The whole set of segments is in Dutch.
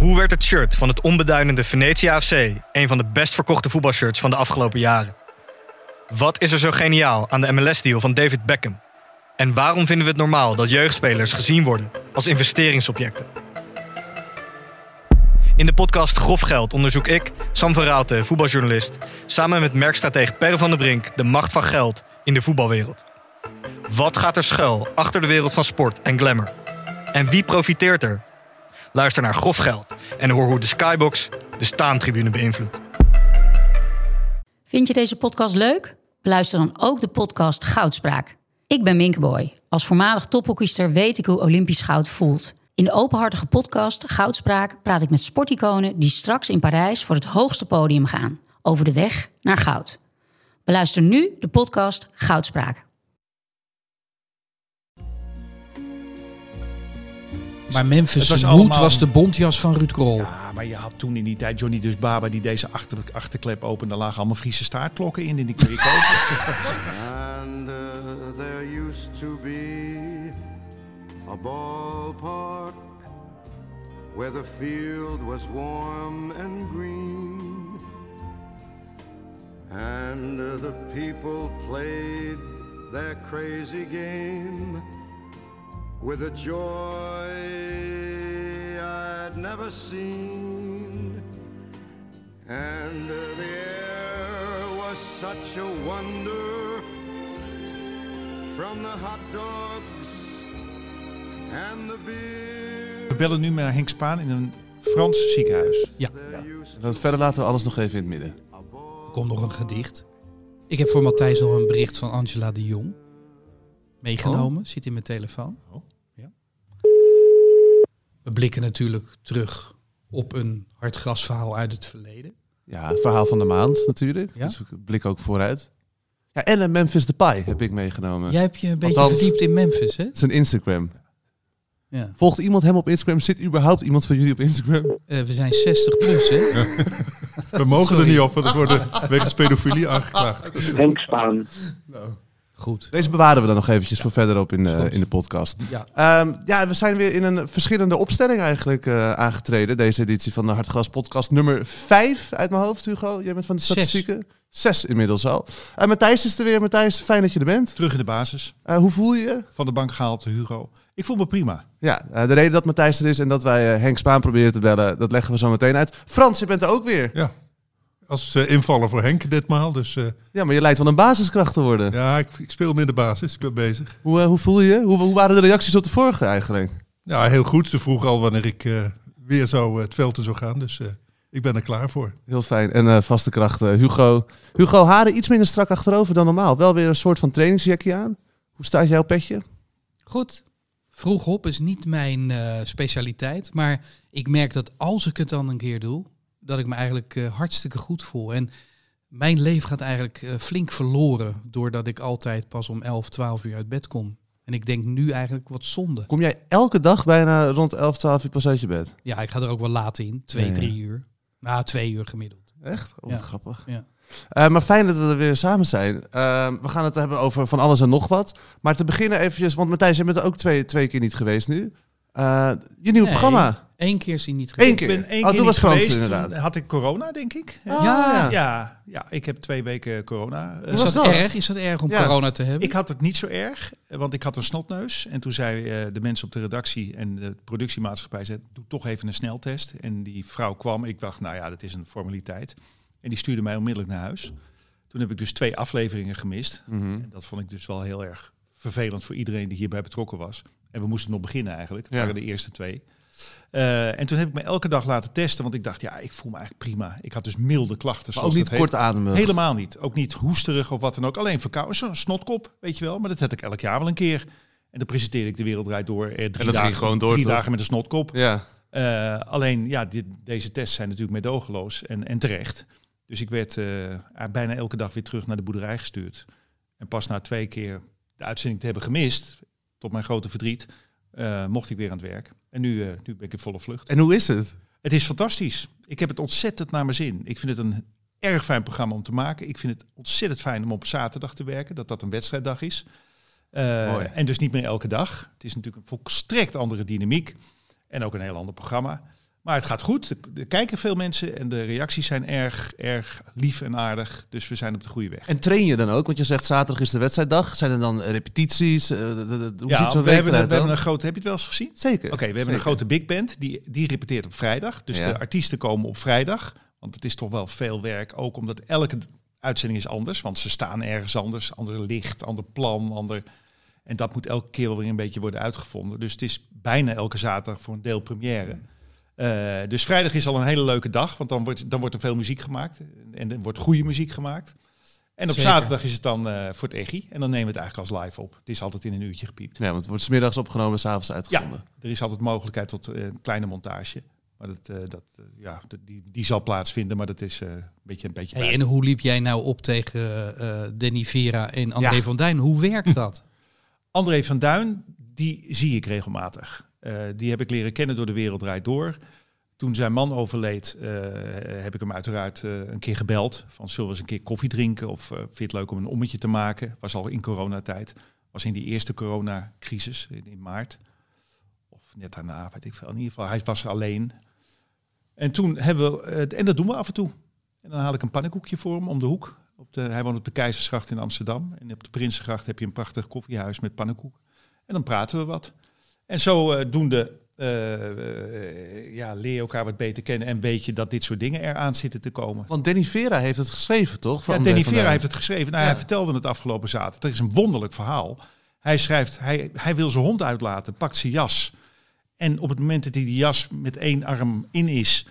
Hoe werd het shirt van het onbeduidende Venetia FC een van de best verkochte voetbalshirts van de afgelopen jaren? Wat is er zo geniaal aan de MLS-deal van David Beckham? En waarom vinden we het normaal dat jeugdspelers gezien worden als investeringsobjecten? In de podcast Grof Geld onderzoek ik, Sam van Raalte, voetbaljournalist, samen met merkstratege Per van der Brink de macht van geld in de voetbalwereld. Wat gaat er schuil achter de wereld van sport en glamour? En wie profiteert er? Luister naar Grof Geld en hoor hoe de Skybox de staantribune beïnvloedt. Vind je deze podcast leuk? Beluister dan ook de podcast Goudspraak. Ik ben Minkeboy. Als voormalig tophockeyster weet ik hoe Olympisch goud voelt. In de openhartige podcast Goudspraak praat ik met sporticonen die straks in Parijs voor het hoogste podium gaan. Over de weg naar goud. Beluister nu de podcast Goudspraak. Maar Memphis Hoed was de bontjas van Ruud Krol. Ja, maar je had toen in die tijd Johnny Dus Baba die deze achterklep opende. Daar lagen allemaal Friese staartklokken in en die kun je kopen. And there used to be a ballpark where the field was warm and green. And the people played their crazy game with a joy I'd never seen. And the air was such a wonder, from the hot dogs and the beer. We bellen nu met Henk Spaan in een Frans ziekenhuis. Ja. Verder laten we alles nog even in het midden. Er komt nog een gedicht. Ik heb voor Matthijs nog een bericht van Angela de Jong meegenomen. Zit in mijn telefoon. Ja. We blikken natuurlijk terug op een hartgrasverhaal uit het verleden. Ja, het verhaal van de maand natuurlijk. Ja? Dus we blikken ook vooruit. Ja, en Memphis Depay heb ik meegenomen. Jij hebt je een beetje Althans, verdiept in Memphis, hè? zijn Instagram. Ja. Volgt iemand hem op Instagram? Zit überhaupt iemand van jullie op Instagram? We zijn 60 plus, hè? We mogen Sorry. er niet op, want er worden wegens pedofilie aangeklaagd. Henk Spaan. Goed. Deze bewaren we dan nog eventjes voor verderop in de podcast. Ja. We zijn weer in een verschillende opstelling eigenlijk aangetreden. Deze editie van de Hartgras podcast nummer 5 uit mijn hoofd, Hugo. Jij bent van de statistieken. 6 inmiddels al. Matthijs is er weer. Matthijs, fijn dat je er bent. Terug in de basis. Hoe voel je je? Van de bank gehaald, Hugo. Ik voel me prima. Ja, de reden dat Matthijs er is en dat wij Henk Spaan proberen te bellen, dat leggen we zo meteen uit. Frans, je bent er ook weer. Ja, als invaller voor Henk ditmaal. Dus Ja, maar je lijkt wel een basiskracht te worden. ja, ik speel meer de basis. Ik ben bezig. Hoe voel je je? Hoe waren de reacties op de vorige eigenlijk? Ja, heel goed. Ze vroeg al wanneer ik weer het veld in zou gaan. Dus ik ben er klaar voor. Heel fijn. En vaste krachten. Hugo, haren iets minder strak achterover dan normaal. Wel weer een soort van trainingsjakje aan. Hoe staat jouw petje? Goed. Vroeg op is niet mijn specialiteit. Maar ik merk dat als ik het dan een keer doe, dat ik me eigenlijk hartstikke goed voel. En mijn leven gaat eigenlijk flink verloren, doordat ik altijd pas om 11, 12 uur uit bed kom. En ik denk nu eigenlijk wat zonde. Kom jij elke dag bijna rond 11, 12 uur pas uit je bed? Ja, ik ga er ook wel laat in. 2, 3 uur. Nou, 2 uur gemiddeld. Echt? Oh, wat grappig. Ja. Maar fijn dat we er weer samen zijn. We gaan het hebben over van alles en nog wat. Maar te beginnen eventjes, want Matthijs, je bent er ook twee keer niet geweest nu. Je nieuwe programma. 1 keer is hij niet geweest. Eén keer. Ik ben 1 Oh, keer toen was niet Frans geweest. inderdaad. Toen had ik corona, denk ik. Ja. Ik heb 2 weken corona. Hoe was dat? Is dat erg om Ja. corona te hebben? Ik had het niet zo erg, want ik had een snotneus. En toen zei de mensen op de redactie en de productiemaatschappij, zei, doe toch even een sneltest. En die vrouw kwam. Ik dacht, nou ja, dat is een formaliteit. En die stuurde mij onmiddellijk naar huis. Toen heb ik dus 2 afleveringen gemist. En dat vond ik dus wel heel erg vervelend voor iedereen die hierbij betrokken was. En we moesten nog beginnen eigenlijk. Dat waren de eerste 2. En toen heb ik me elke dag laten testen, want ik dacht, ja, ik voel me eigenlijk prima. Ik had dus milde klachten. Maar ook niet kort ademen. Helemaal niet. Ook niet hoesterig of wat dan ook. Alleen verkouden, zo'n snotkop, weet je wel. Maar dat had ik elk jaar wel een keer. En dan presenteerde ik De Wereld Draait Door. 3 dat dagen, ging gewoon door, 3 toch? dagen met een snotkop. Ja. Alleen, ja, deze tests zijn natuurlijk meedogenloos en terecht. Dus ik werd bijna elke dag weer terug naar de boerderij gestuurd. En pas na 2 keer de uitzending te hebben gemist, tot mijn grote verdriet, mocht ik weer aan het werk. En nu ben ik in volle vlucht. En hoe is het? Het is fantastisch. Ik heb het ontzettend naar mijn zin. Ik vind het een erg fijn programma om te maken. Ik vind het ontzettend fijn om op zaterdag te werken, dat een wedstrijddag is. En dus niet meer elke dag. Het is natuurlijk een volstrekt andere dynamiek. En ook een heel ander programma. Maar het gaat goed. Er kijken veel mensen en de reacties zijn erg lief en aardig. Dus we zijn op de goede weg. En train je dan ook? Want je zegt zaterdag is de wedstrijddag. Zijn er dan repetities? Hoe ziet zo'n we week hebben eruit dan? een grote... Heb je het wel eens gezien? Zeker. Oké, we hebben een grote big band. Die repeteert op vrijdag. Dus de artiesten komen op vrijdag. Want het is toch wel veel werk. Ook omdat elke uitzending is anders. Want ze staan ergens anders. Ander licht, ander plan, En dat moet elke keer wel weer een beetje worden uitgevonden. Dus het is bijna elke zaterdag voor een deel première. Dus vrijdag is al een hele leuke dag. Want dan wordt er veel muziek gemaakt. En er wordt goede muziek gemaakt. En op zaterdag is het dan voor het EGI. En dan nemen we het eigenlijk als live op. Het is altijd in een uurtje gepiept. Ja, want het wordt 's middags opgenomen en 's avonds uitgezonden. Ja, er is altijd mogelijkheid tot een kleine montage. Maar die zal plaatsvinden, maar dat is een beetje En hoe liep jij nou op tegen Danny Vera en André van Duin? Hoe werkt dat? André van Duin, die zie ik regelmatig. Die heb ik leren kennen door De Wereld Draait Door. Toen zijn man overleed, heb ik hem uiteraard een keer gebeld. Van, zullen we eens een keer koffie drinken? Of vind je het leuk om een ommetje te maken? Was al in coronatijd. Was in die eerste coronacrisis in maart. Of net daarna, weet ik veel. In ieder geval, hij was alleen. En toen hebben we... en dat doen we af en toe. En dan haal ik een pannenkoekje voor hem om de hoek. Hij woont op de Keizersgracht in Amsterdam. En op de Prinsengracht heb je een prachtig koffiehuis met pannenkoek. En dan praten we wat. En zodoende leer je elkaar wat beter kennen. En weet je dat dit soort dingen eraan zitten te komen. Want Danny Vera heeft het geschreven, toch? Ja, Danny Vera heeft het geschreven. Nou, hij vertelde het afgelopen zaterdag. Dat is een wonderlijk verhaal. Hij schrijft, hij wil zijn hond uitlaten, pakt zijn jas. En op het moment dat hij die jas met één arm in is...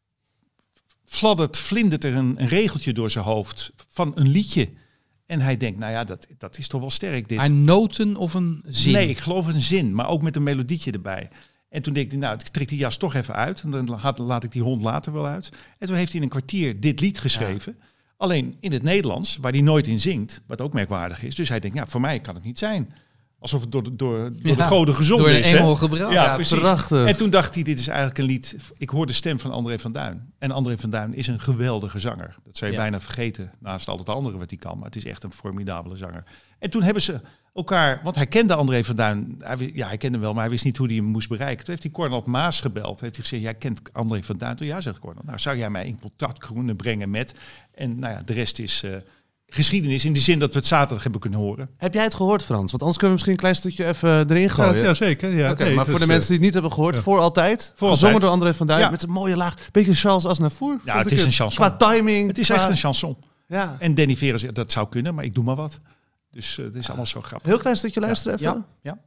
vlindert er een regeltje door zijn hoofd van een liedje. En hij denkt, nou ja, dat is toch wel sterk dit. Een noten of een zin? Nee, ik geloof een zin, maar ook met een melodietje erbij. En toen denk ik, nou, ik trek die jas toch even uit. En dan laat ik die hond later wel uit. En toen heeft hij in een kwartier dit lied geschreven. Ja. Alleen in het Nederlands, waar hij nooit in zingt. Wat ook merkwaardig is. Dus hij denkt, ja, voor mij kan het niet zijn. Alsof het door de goden gezongen is. Door een engel gebracht. Ja, precies. Prachtig. En toen dacht hij, dit is eigenlijk een lied... Ik hoor de stem van André van Duin. En André van Duin is een geweldige zanger. Dat zou je bijna vergeten, naast al het andere wat hij kan. Maar het is echt een formidabele zanger. En toen hebben ze elkaar... Want hij kende André van Duin. Hij kende hem wel, maar hij wist niet hoe hij hem moest bereiken. Toen heeft hij Cornel Maas gebeld. Heeft hij gezegd, jij kent André van Duin? Toen ja, zegt Cornel. Nou, zou jij mij in contact kunnen brengen met... En nou ja, de rest is... geschiedenis in die zin dat we het zaterdag hebben kunnen horen. Heb jij het gehoord, Frans? Want anders kunnen we misschien een klein stukje even erin gooien. Ja, zeker. Ja, Oké, maar voor de mensen die het niet hebben gehoord, Voor Altijd. Gezongen door André van Duin met een mooie laag. Beetje Charles Aznavour. Ja, het is een chanson. Qua timing. Het is echt een chanson. Ja. En Danny Vera zegt, dat zou kunnen, maar ik doe maar wat. Dus het is allemaal zo grappig. Heel klein stukje luisteren even. Ja.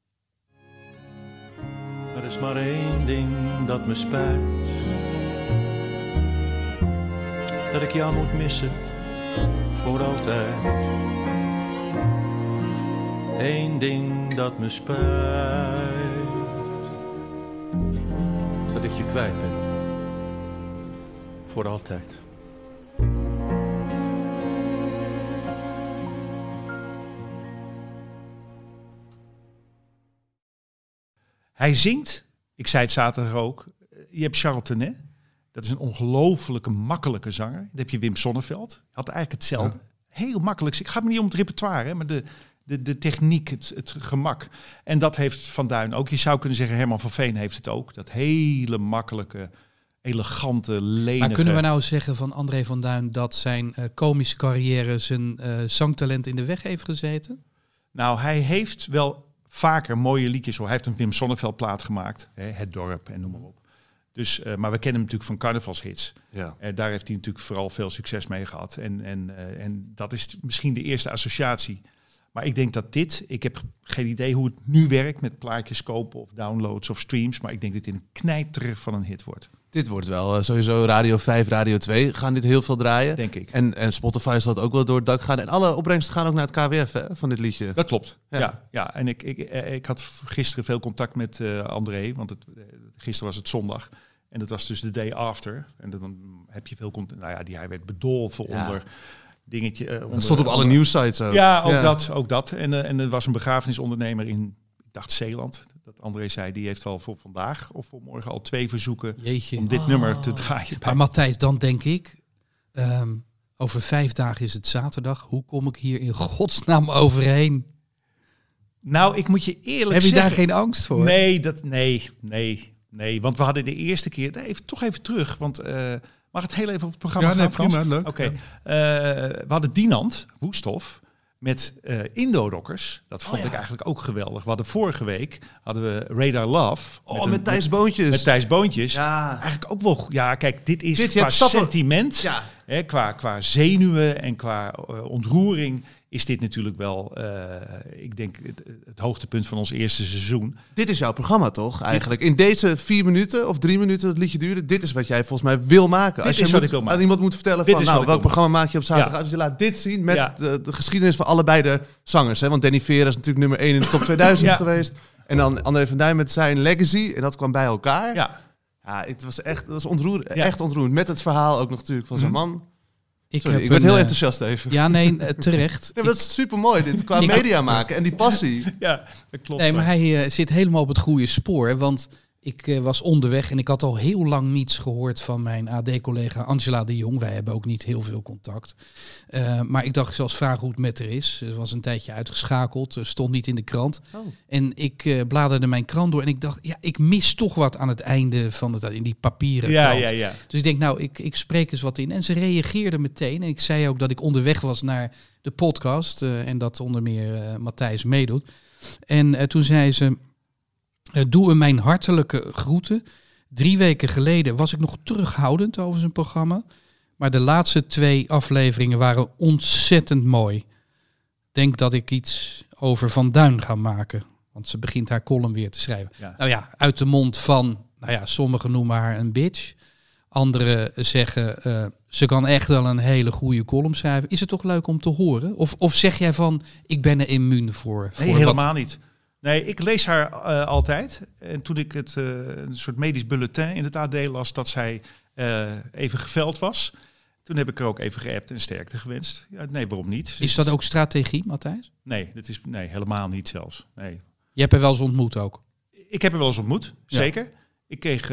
Er is maar één ding dat me spijt. Dat ik jou moet missen. Voor altijd. Eén ding dat me spijt. Dat ik je kwijt ben. Voor altijd. Hij zingt, ik zei het zaterdag ook, je hebt Charles Trenet. Dat is een ongelooflijke makkelijke zanger. Dan heb je Wim Sonneveld. Had eigenlijk hetzelfde. Ja. Heel makkelijk. Ik ga me niet om het repertoire, hè, maar de techniek, het gemak. En dat heeft Van Duin ook. Je zou kunnen zeggen, Herman van Veen heeft het ook. Dat hele makkelijke, elegante, lenige... Maar kunnen we nou zeggen van André van Duin dat zijn komische carrière zijn zangtalent in de weg heeft gezeten? Nou, hij heeft wel vaker mooie liedjes. Hij heeft een Wim Sonneveld plaat gemaakt. Hè, Het Dorp en noem maar op. Dus, maar we kennen hem natuurlijk van carnavalshits. Ja. Daar heeft hij natuurlijk vooral veel succes mee gehad. En dat is misschien de eerste associatie. Maar ik denk dat ik heb geen idee hoe het nu werkt met plaatjes kopen of downloads of streams. Maar ik denk dat dit een knijter van een hit wordt. Dit wordt wel sowieso Radio 5, Radio 2 gaan dit heel veel draaien. Denk ik. En Spotify zal het ook wel door het dak gaan. En alle opbrengsten gaan ook naar het KWF hè, van dit liedje. Dat klopt. Ja. En ik had gisteren veel contact met André. Want gisteren was het zondag. En dat was dus de day after. En dan heb je veel contact. Nou ja, hij werd bedolven onder... dingetje. Dat stond op alle nieuwssites ook. Ja, ook dat. En er was een begrafenisondernemer in, ik dacht Zeeland. Dat André zei, die heeft al voor vandaag of voor morgen al 2 verzoeken om dit nummer te draaien. Maar Matthijs, dan denk ik, over 5 dagen is het zaterdag. Hoe kom ik hier in godsnaam overheen? Nou, ik moet je eerlijk zeggen... zeggen... Heb je daar geen angst voor? Nee, Nee, want we hadden de eerste keer... Toch even terug, want... mag het heel even op het programma gaan, Frans? Prima, leuk. Oké. We hadden Dinant, Woesthof, met Indo-rockers. Dat vond ik eigenlijk ook geweldig. We hadden vorige week Radar Love. Met Thijs Boontjes. Met Thijs Boontjes. Ja. Eigenlijk ook wel... Ja, kijk, dit is je qua hebt stappen. sentiment, Ja. qua zenuwen en qua ontroering... is dit natuurlijk wel, ik denk, het hoogtepunt van ons eerste seizoen. Dit is jouw programma toch eigenlijk? In deze 4 minuten of 3 minuten dat het liedje duurde, dit is wat jij volgens mij wil maken. Dit is wat ik wil maken. Aan iemand moet vertellen Dit van, is wat ik welk wil programma maak je op zaterdag uit? Dus je laat dit zien met de geschiedenis van allebei de zangers. Hè? Want Danny Vera is natuurlijk nummer 1 in de top 2000 geweest. En dan André van Duin met zijn Legacy. En dat kwam bij elkaar. Ja, Het was ontroerend. Echt ontroerend. Met het verhaal ook nog natuurlijk van zijn man. Ik werd heel enthousiast even. Ja, nee, terecht. Nee, dat is super mooi, dit qua media maken en die passie. ja, dat klopt. Nee, maar hij zit helemaal op het goede spoor. Want ik was onderweg en ik had al heel lang niets gehoord van mijn AD-collega Angela de Jong. Wij hebben ook niet heel veel contact. Maar ik dacht, ik zal eens vragen hoe het met haar is. Ze was een tijdje uitgeschakeld, stond niet in de krant. Oh. En ik bladerde mijn krant door en ik dacht, ik mis toch wat aan het einde van het in die papieren krant. Ja. Dus ik denk, ik spreek eens wat in. En ze reageerde meteen. En ik zei ook dat ik onderweg was naar de podcast en dat onder meer Matthijs meedoet. En toen zei ze... doe hem mijn hartelijke groeten. 3 weken geleden was ik nog terughoudend over zijn programma. Maar de laatste 2 afleveringen waren ontzettend mooi. Denk dat ik iets over Van Duin ga maken. Want ze begint haar column weer te schrijven. Ja. Nou ja, uit de mond van... sommigen noemen haar een bitch. Anderen zeggen... ze kan echt wel een hele goede column schrijven. Is het toch leuk om te horen? Of zeg jij van... ik ben er immuun voor? Nee, helemaal niet. Nee, ik lees haar altijd. En toen ik een soort medisch bulletin in het AD las dat zij even geveld was, toen heb ik er ook even geappt en sterkte gewenst. Ja, nee, waarom niet? Is dat ook strategie, Matthijs? Nee, helemaal niet zelfs. Nee. Je hebt haar wel eens ontmoet ook? Ik heb haar wel eens ontmoet, zeker. Ik kreeg,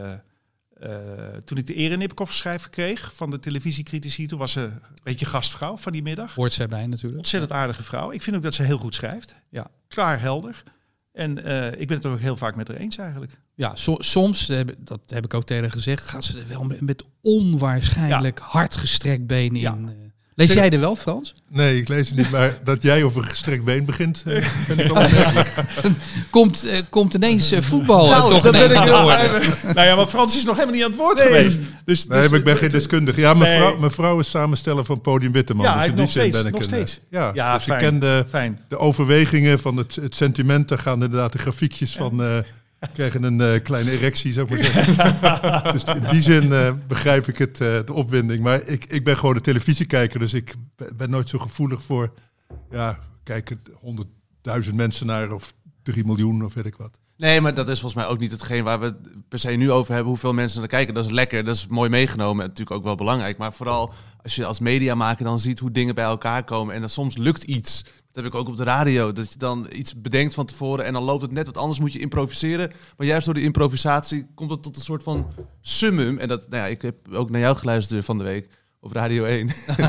toen ik de Erenipkoff-schrijver kreeg van de televisiecritici, toen was ze een beetje gastvrouw van die middag. Hoort zij bij natuurlijk. Ontzettend aardige vrouw. Ik vind ook dat ze heel goed schrijft. Ja. Klaar, helder. En ik ben het er ook heel vaak met haar eens eigenlijk. Ja, soms, dat heb ik ook tegen haar gezegd, gaat ze er wel met onwaarschijnlijk hard gestrekt been in. Lees jij er wel, Frans? Nee, ik lees het niet, maar dat jij over een gestrekt been begint, vind ik wel opmerkelijk. Komt ineens voetbal toch dat ben ik heel Nou ja, maar Frans is nog helemaal niet aan het woord geweest. Dus, maar ik ben geen deskundige. Ja, mijn vrouw is samensteller van Podium Witteman. Ja, dus in die zin ben ik nog steeds. Ja, dus ik ken de overwegingen van het sentiment. Daar gaan inderdaad de grafiekjes van... krijgen een kleine erectie, zou ik maar zeggen. Dus in die zin begrijp ik het, de opwinding. Maar ik ben gewoon een televisiekijker, dus ik ben nooit zo gevoelig voor... Ja, kijken 100.000 mensen naar of 3 miljoen of weet ik wat. Nee, maar dat is volgens mij ook niet hetgeen waar we het per se nu over hebben. Hoeveel mensen naar kijken, dat is lekker, dat is mooi meegenomen en natuurlijk ook wel belangrijk. Maar vooral als je als mediamaker dan ziet hoe dingen bij elkaar komen en dan soms lukt iets... Dat heb ik ook op de radio, dat je dan iets bedenkt van tevoren en dan loopt het net wat anders, moet je improviseren. Maar juist door die improvisatie komt het tot een soort van summum. En dat, ik heb ook naar jou geluisterd van de week op Radio 1.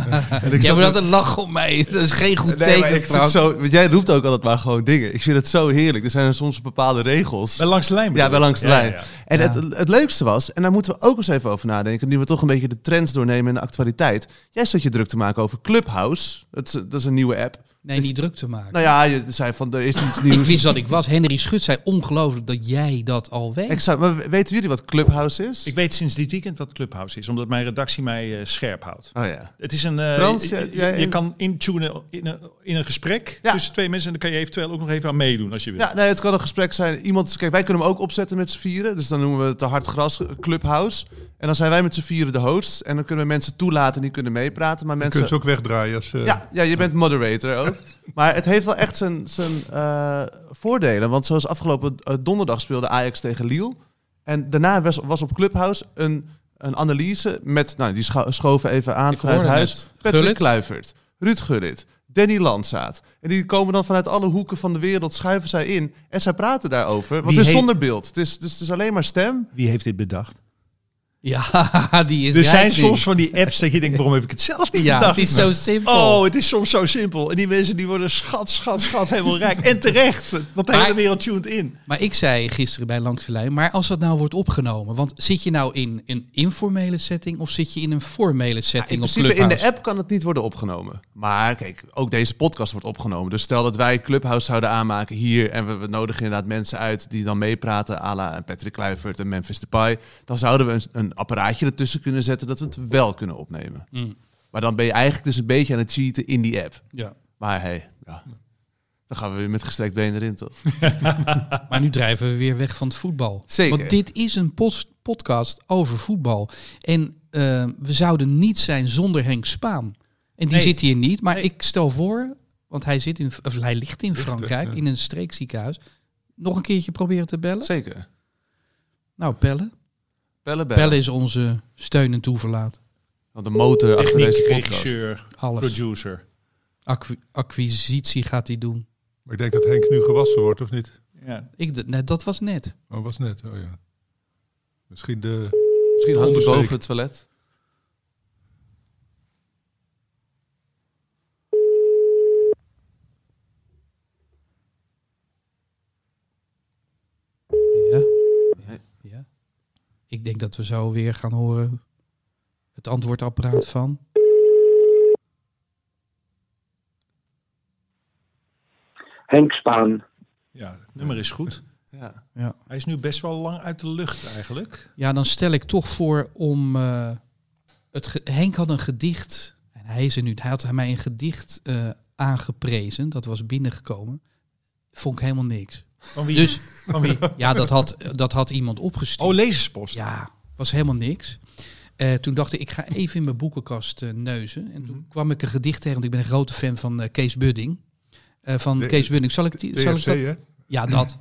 En jij moet altijd lachen op mij, dat is geen goed teken, Frank. Want jij roept ook altijd maar gewoon dingen. Ik vind het zo heerlijk. Er zijn soms bepaalde regels. Bij langs de lijn. Ja, bij langs de lijn. Ja. En het leukste was, en daar moeten we ook eens even over nadenken, nu we toch een beetje de trends doornemen in de actualiteit. Jij zat je druk te maken over Clubhouse. Dat is een nieuwe app. Nee, niet druk te maken. Nou ja, je zei van er is iets nieuws. Ik wist dat ik was. Henry Schut zei ongelooflijk dat jij dat al weet. Exact. Maar weten jullie wat Clubhouse is? Ik weet sinds dit weekend wat Clubhouse is, omdat mijn redactie mij scherp houdt. Oh ja. Het is een... Frans, je kan intunen in een gesprek tussen 2 mensen en dan kan je eventueel ook nog even aan meedoen als je wil. Ja, nee, het kan een gesprek zijn. Kijk, wij kunnen hem ook opzetten met z'n vieren. Dus dan noemen we het de Hard Gras Clubhouse. En dan zijn wij met z'n vieren de hosts. En dan kunnen we mensen toelaten die kunnen meepraten. Maar mensen... Je kunt ze ook wegdraaien. Als, Ja, je bent moderator ook. Maar het heeft wel echt zijn voordelen. Want zoals afgelopen donderdag speelde Ajax tegen Lille. En daarna was op Clubhouse een analyse met... Nou, die schoven even aan vanuit huis. Patrick Kluivert, Ruud Gullit, Danny Landzaat. En die komen dan vanuit alle hoeken van de wereld, schuiven zij in. En zij praten daarover. Want het is zonder beeld. Het is alleen maar stem. Wie heeft dit bedacht? Ja, die is Er zijn rijk nu. soms van die apps dat je denkt, waarom heb ik het zelf niet Ja, gedacht? het is zo simpel. Oh, het is soms zo simpel. En die mensen die worden schat helemaal rijk. En terecht, want de hele Maar- wereld tuned in. Maar ik zei gisteren bij Langs de Lijn, maar als dat nou wordt opgenomen, want zit je nou in een informele setting of zit je in een formele In setting op principe in Clubhouse? de app kan het niet worden opgenomen. Maar kijk, ook deze podcast wordt opgenomen. Dus stel dat wij Clubhouse zouden aanmaken hier en we nodigen inderdaad mensen uit die dan meepraten, à la Patrick Kluivert en Memphis Depay, dan zouden we een apparaatje ertussen kunnen zetten dat we het wel kunnen opnemen. Maar dan ben je eigenlijk dus een beetje aan het cheaten in die app. Ja. Maar hey, ja, dan gaan we weer met gestrekt been erin, toch? Maar nu drijven we weer weg van het voetbal. Zeker. Want dit is een podcast over voetbal. En we zouden niet zijn zonder Henk Spaan. En die Nee. zit hier niet. Maar Nee. ik stel voor, want hij ligt in Frankrijk, ja. in een streekziekenhuis. Nog een keertje proberen te bellen? Zeker. Nou, bellen. Bellen. Bellen is onze steun en toeverlaat. Want de motor achter Techniek, deze podcast. regisseur, Alles. producer. Acquisitie gaat hij doen. Maar ik denk dat Henk nu gewassen wordt, of niet? Ja. Dat was net. Oh, was net. Oh ja. Misschien de... Misschien hangt hij Ondersteek. boven het toilet. Ja. Nee. Ja. Ik denk dat we zo weer gaan horen het antwoordapparaat van... Henk Spaan. Ja, het nummer is goed. Ja. Ja. Hij is nu best wel lang uit de lucht eigenlijk. Ja, dan stel ik toch voor om... Henk had een gedicht, en hij is er nu, hij had mij een gedicht aangeprezen, dat was binnengekomen. Vond ik helemaal niks. Van wie? Dus Van wie? ja, dat had iemand opgestuurd. Oh, lezerspost. Ja, was helemaal niks. Toen dacht ik ga even in mijn boekenkast neuzen. En toen kwam ik een gedicht tegen, want ik ben een grote fan van Kees Budding. Kees Budding. Zal ik DFC, dat? hè? Ja, dat.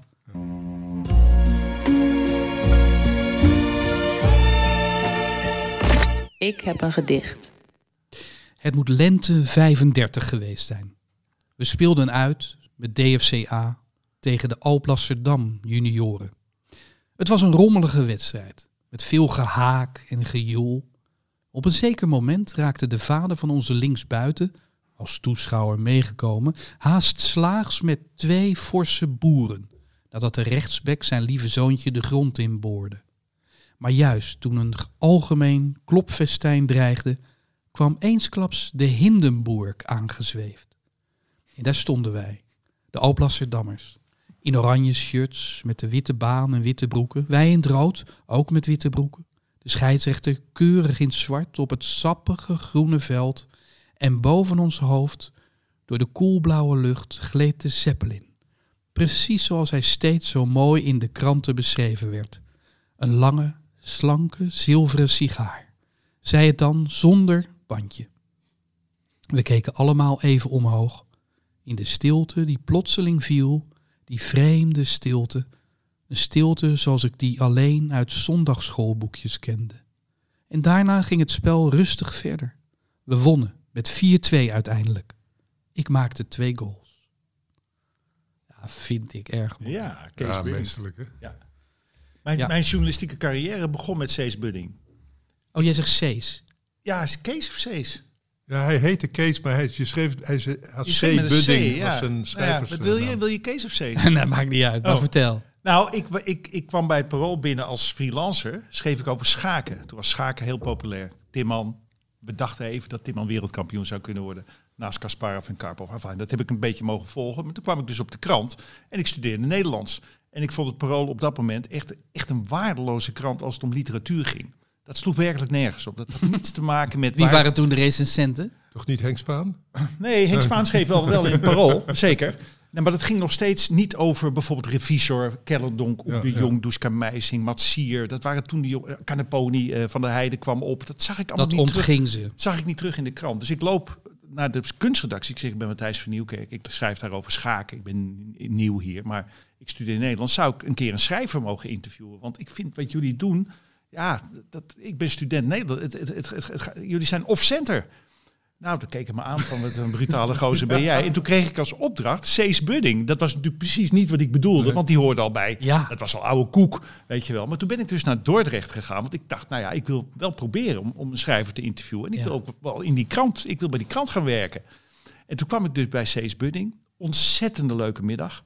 Ik heb een gedicht. Het moet lente 35 geweest zijn. We speelden uit met DFCA tegen de Alblasserdam junioren. Het was een rommelige wedstrijd, met veel gehaak en gejoel. Op een zeker moment raakte de vader van onze linksbuiten, als toeschouwer meegekomen, haast slaags met 2 forse boeren, nadat de rechtsbek zijn lieve zoontje de grond inboorde. Maar juist toen een algemeen klopfestijn dreigde, kwam eensklaps de Hindenburg aangezweefd. En daar stonden wij, de Alblasserdammers, in oranje shirts met de witte baan en witte broeken. Wij in het rood, ook met witte broeken. De scheidsrechter keurig in het zwart op het sappige groene veld. En boven ons hoofd, door de koelblauwe lucht, gleed de Zeppelin. Precies zoals hij steeds zo mooi in de kranten beschreven werd. Een lange, slanke, zilveren sigaar. Zij het dan zonder bandje. We keken allemaal even omhoog. In de stilte die plotseling viel, die vreemde stilte. Een stilte zoals ik die alleen uit zondagsschoolboekjes kende. En daarna ging het spel rustig verder. We wonnen met 4-2 uiteindelijk. Ik maakte 2 goals. Ja, vind ik erg mooi. Ja, Kees Ja, Budding. meesterlijk, hè? Ja. Ja. Mijn journalistieke carrière begon met Cees Budding. Oh, jij zegt Cees. Ja, is het Kees of Cees? Ja, hij heette Kees, maar hij had Je C. schreef met een Budding C, ja. als een Nou ja, schrijvers. wat wil je? Wil je Kees of Cees? Dat maakt niet uit, maar Oh. vertel. Nou, ik kwam bij het Parool binnen als freelancer. Schreef ik over schaken. Toen was schaken heel populair. Timman, we dachten even dat Timman wereldkampioen zou kunnen worden. Naast Kasparov en Karpov. Enfin, dat heb ik een beetje mogen volgen. Maar toen kwam ik dus op de krant. En ik studeerde Nederlands. En ik vond het Parool op dat moment echt een waardeloze krant als het om literatuur ging. Dat sloeg werkelijk nergens op. Dat had niets te maken met... Wie waren toen de recensenten? Toch niet Henk Spaan? Nee, Henk Spaan schreef wel in het Parool, zeker. Nee, maar dat ging nog steeds niet over bijvoorbeeld Revisor, Kellendonk, Ja, de ja. Jong, Duska Meising, Mats Sier. Dat waren toen die Caneponi van der Heijden kwam op. Dat zag ik allemaal Dat niet terug. ontging ze. Zag ik niet terug in de krant. Dus ik loop naar de kunstredactie. Ik zeg, ik ben Matthijs van Nieuwkerk. Ik schrijf daarover schaken. Ik ben nieuw hier, maar ik studeer in Nederland. Zou ik een keer een schrijver mogen interviewen? Want ik vind wat jullie doen... Ja, ik ben student Nederland. Jullie zijn off-center. Nou, dan keek hij me aan van wat een brutale gozer ben jij. En toen kreeg ik als opdracht Cees Budding. Dat was natuurlijk precies niet wat ik bedoelde, want die hoorde al bij. Ja. Het was al oude koek, weet je wel. Maar toen ben ik dus naar Dordrecht gegaan, want ik dacht, nou ja, ik wil wel proberen om een schrijver te interviewen. En ik wil ook wel in die krant, ik wil bij die krant gaan werken. En toen kwam ik dus bij Cees Budding. Ontzettende leuke middag.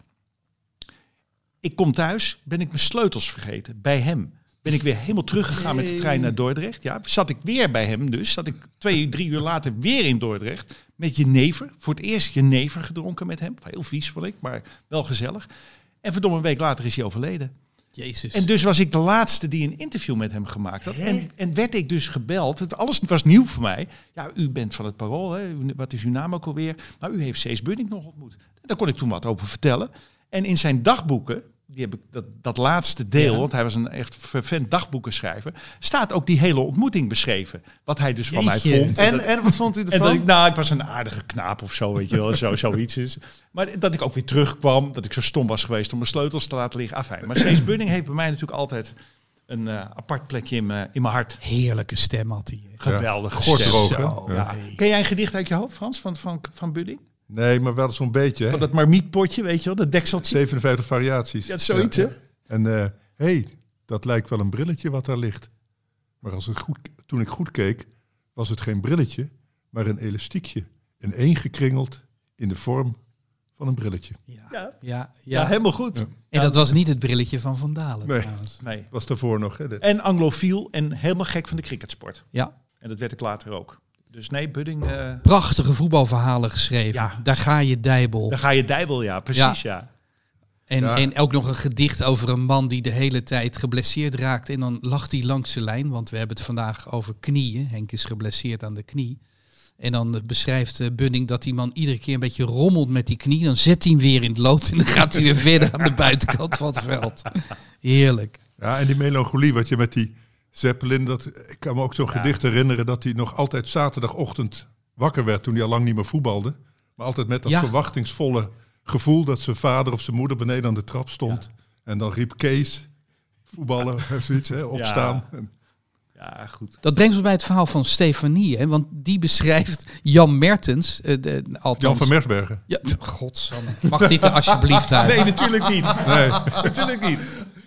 Ik kom thuis, ben ik mijn sleutels vergeten bij hem. Ben ik weer helemaal teruggegaan met de trein naar Dordrecht. Ja, zat ik weer bij hem dus. Zat ik 2-3 uur later weer in Dordrecht met jenever. Voor het eerst jenever gedronken met hem. Heel vies vond ik, maar wel gezellig. En verdomme, een week later is hij overleden. Jezus. En dus was ik de laatste die een interview met hem gemaakt had. En werd ik dus gebeld. Alles was nieuw voor mij. Ja, u bent van het Parool. Hè? Wat is uw naam ook alweer? Maar u heeft Cees Budding nog ontmoet. Daar kon ik toen wat over vertellen. En in zijn dagboeken, die heb ik dat laatste deel, want hij was een echt fervent dagboekenschrijver, staat ook die hele ontmoeting beschreven. Wat hij dus van mij vond. En wat vond hij ervan? Ik was een aardige knaap of zo, weet je wel, zoiets is. Maar dat ik ook weer terugkwam, dat ik zo stom was geweest om mijn sleutels te laten liggen. Afijn. Maar Cees Budding heeft bij mij natuurlijk altijd een apart plekje in mijn hart. Heerlijke stem had hij. Geweldig. Gorddroog, hè? Ja. Ken jij een gedicht uit je hoofd, Frans, van Budding? Nee, maar wel zo'n beetje. Hè? Van dat marmietpotje, weet je wel, dat dekseltje. 57 variaties. Ja, zoiets, hè? En dat lijkt wel een brilletje wat daar ligt. Maar toen ik goed keek, was het geen brilletje, maar een elastiekje. Ineengekringeld in de vorm van een brilletje. Ja, helemaal goed. Ja. En dat was niet het brilletje van Van Dalen. Nee, was daarvoor nog. Hè, en anglofiel en helemaal gek van de cricketsport. Ja. En dat werd ik later ook. Dus nee, Budding... Prachtige voetbalverhalen geschreven. Ja. Daar ga je Dijbel. Daar ga je Dijbel, ja. Precies, ja. En ook nog een gedicht over een man die de hele tijd geblesseerd raakt. En dan lag hij langs de lijn. Want we hebben het vandaag over knieën. Henk is geblesseerd aan de knie. En dan beschrijft Budding dat die man iedere keer een beetje rommelt met die knie. Dan zet hij hem weer in het lood. En dan gaat hij weer verder aan de buitenkant van het veld. Heerlijk. Ja, en die melancholie wat je met die Zeppelin. Ik kan me ook zo'n gedicht herinneren dat hij nog altijd zaterdagochtend wakker werd toen hij al lang niet meer voetbalde. Maar altijd met dat verwachtingsvolle gevoel dat zijn vader of zijn moeder beneden aan de trap stond. Ja. En dan riep Kees, voetballen of zoiets, opstaan. Ja, goed. Dat brengt ons bij het verhaal van Stefanie, hè? Want die beschrijft Jan Mertens. Jan van Mersbergen. Ja, godsamme. Mag dit er alsjeblieft uit? Nee, natuurlijk niet. Nee, natuurlijk niet.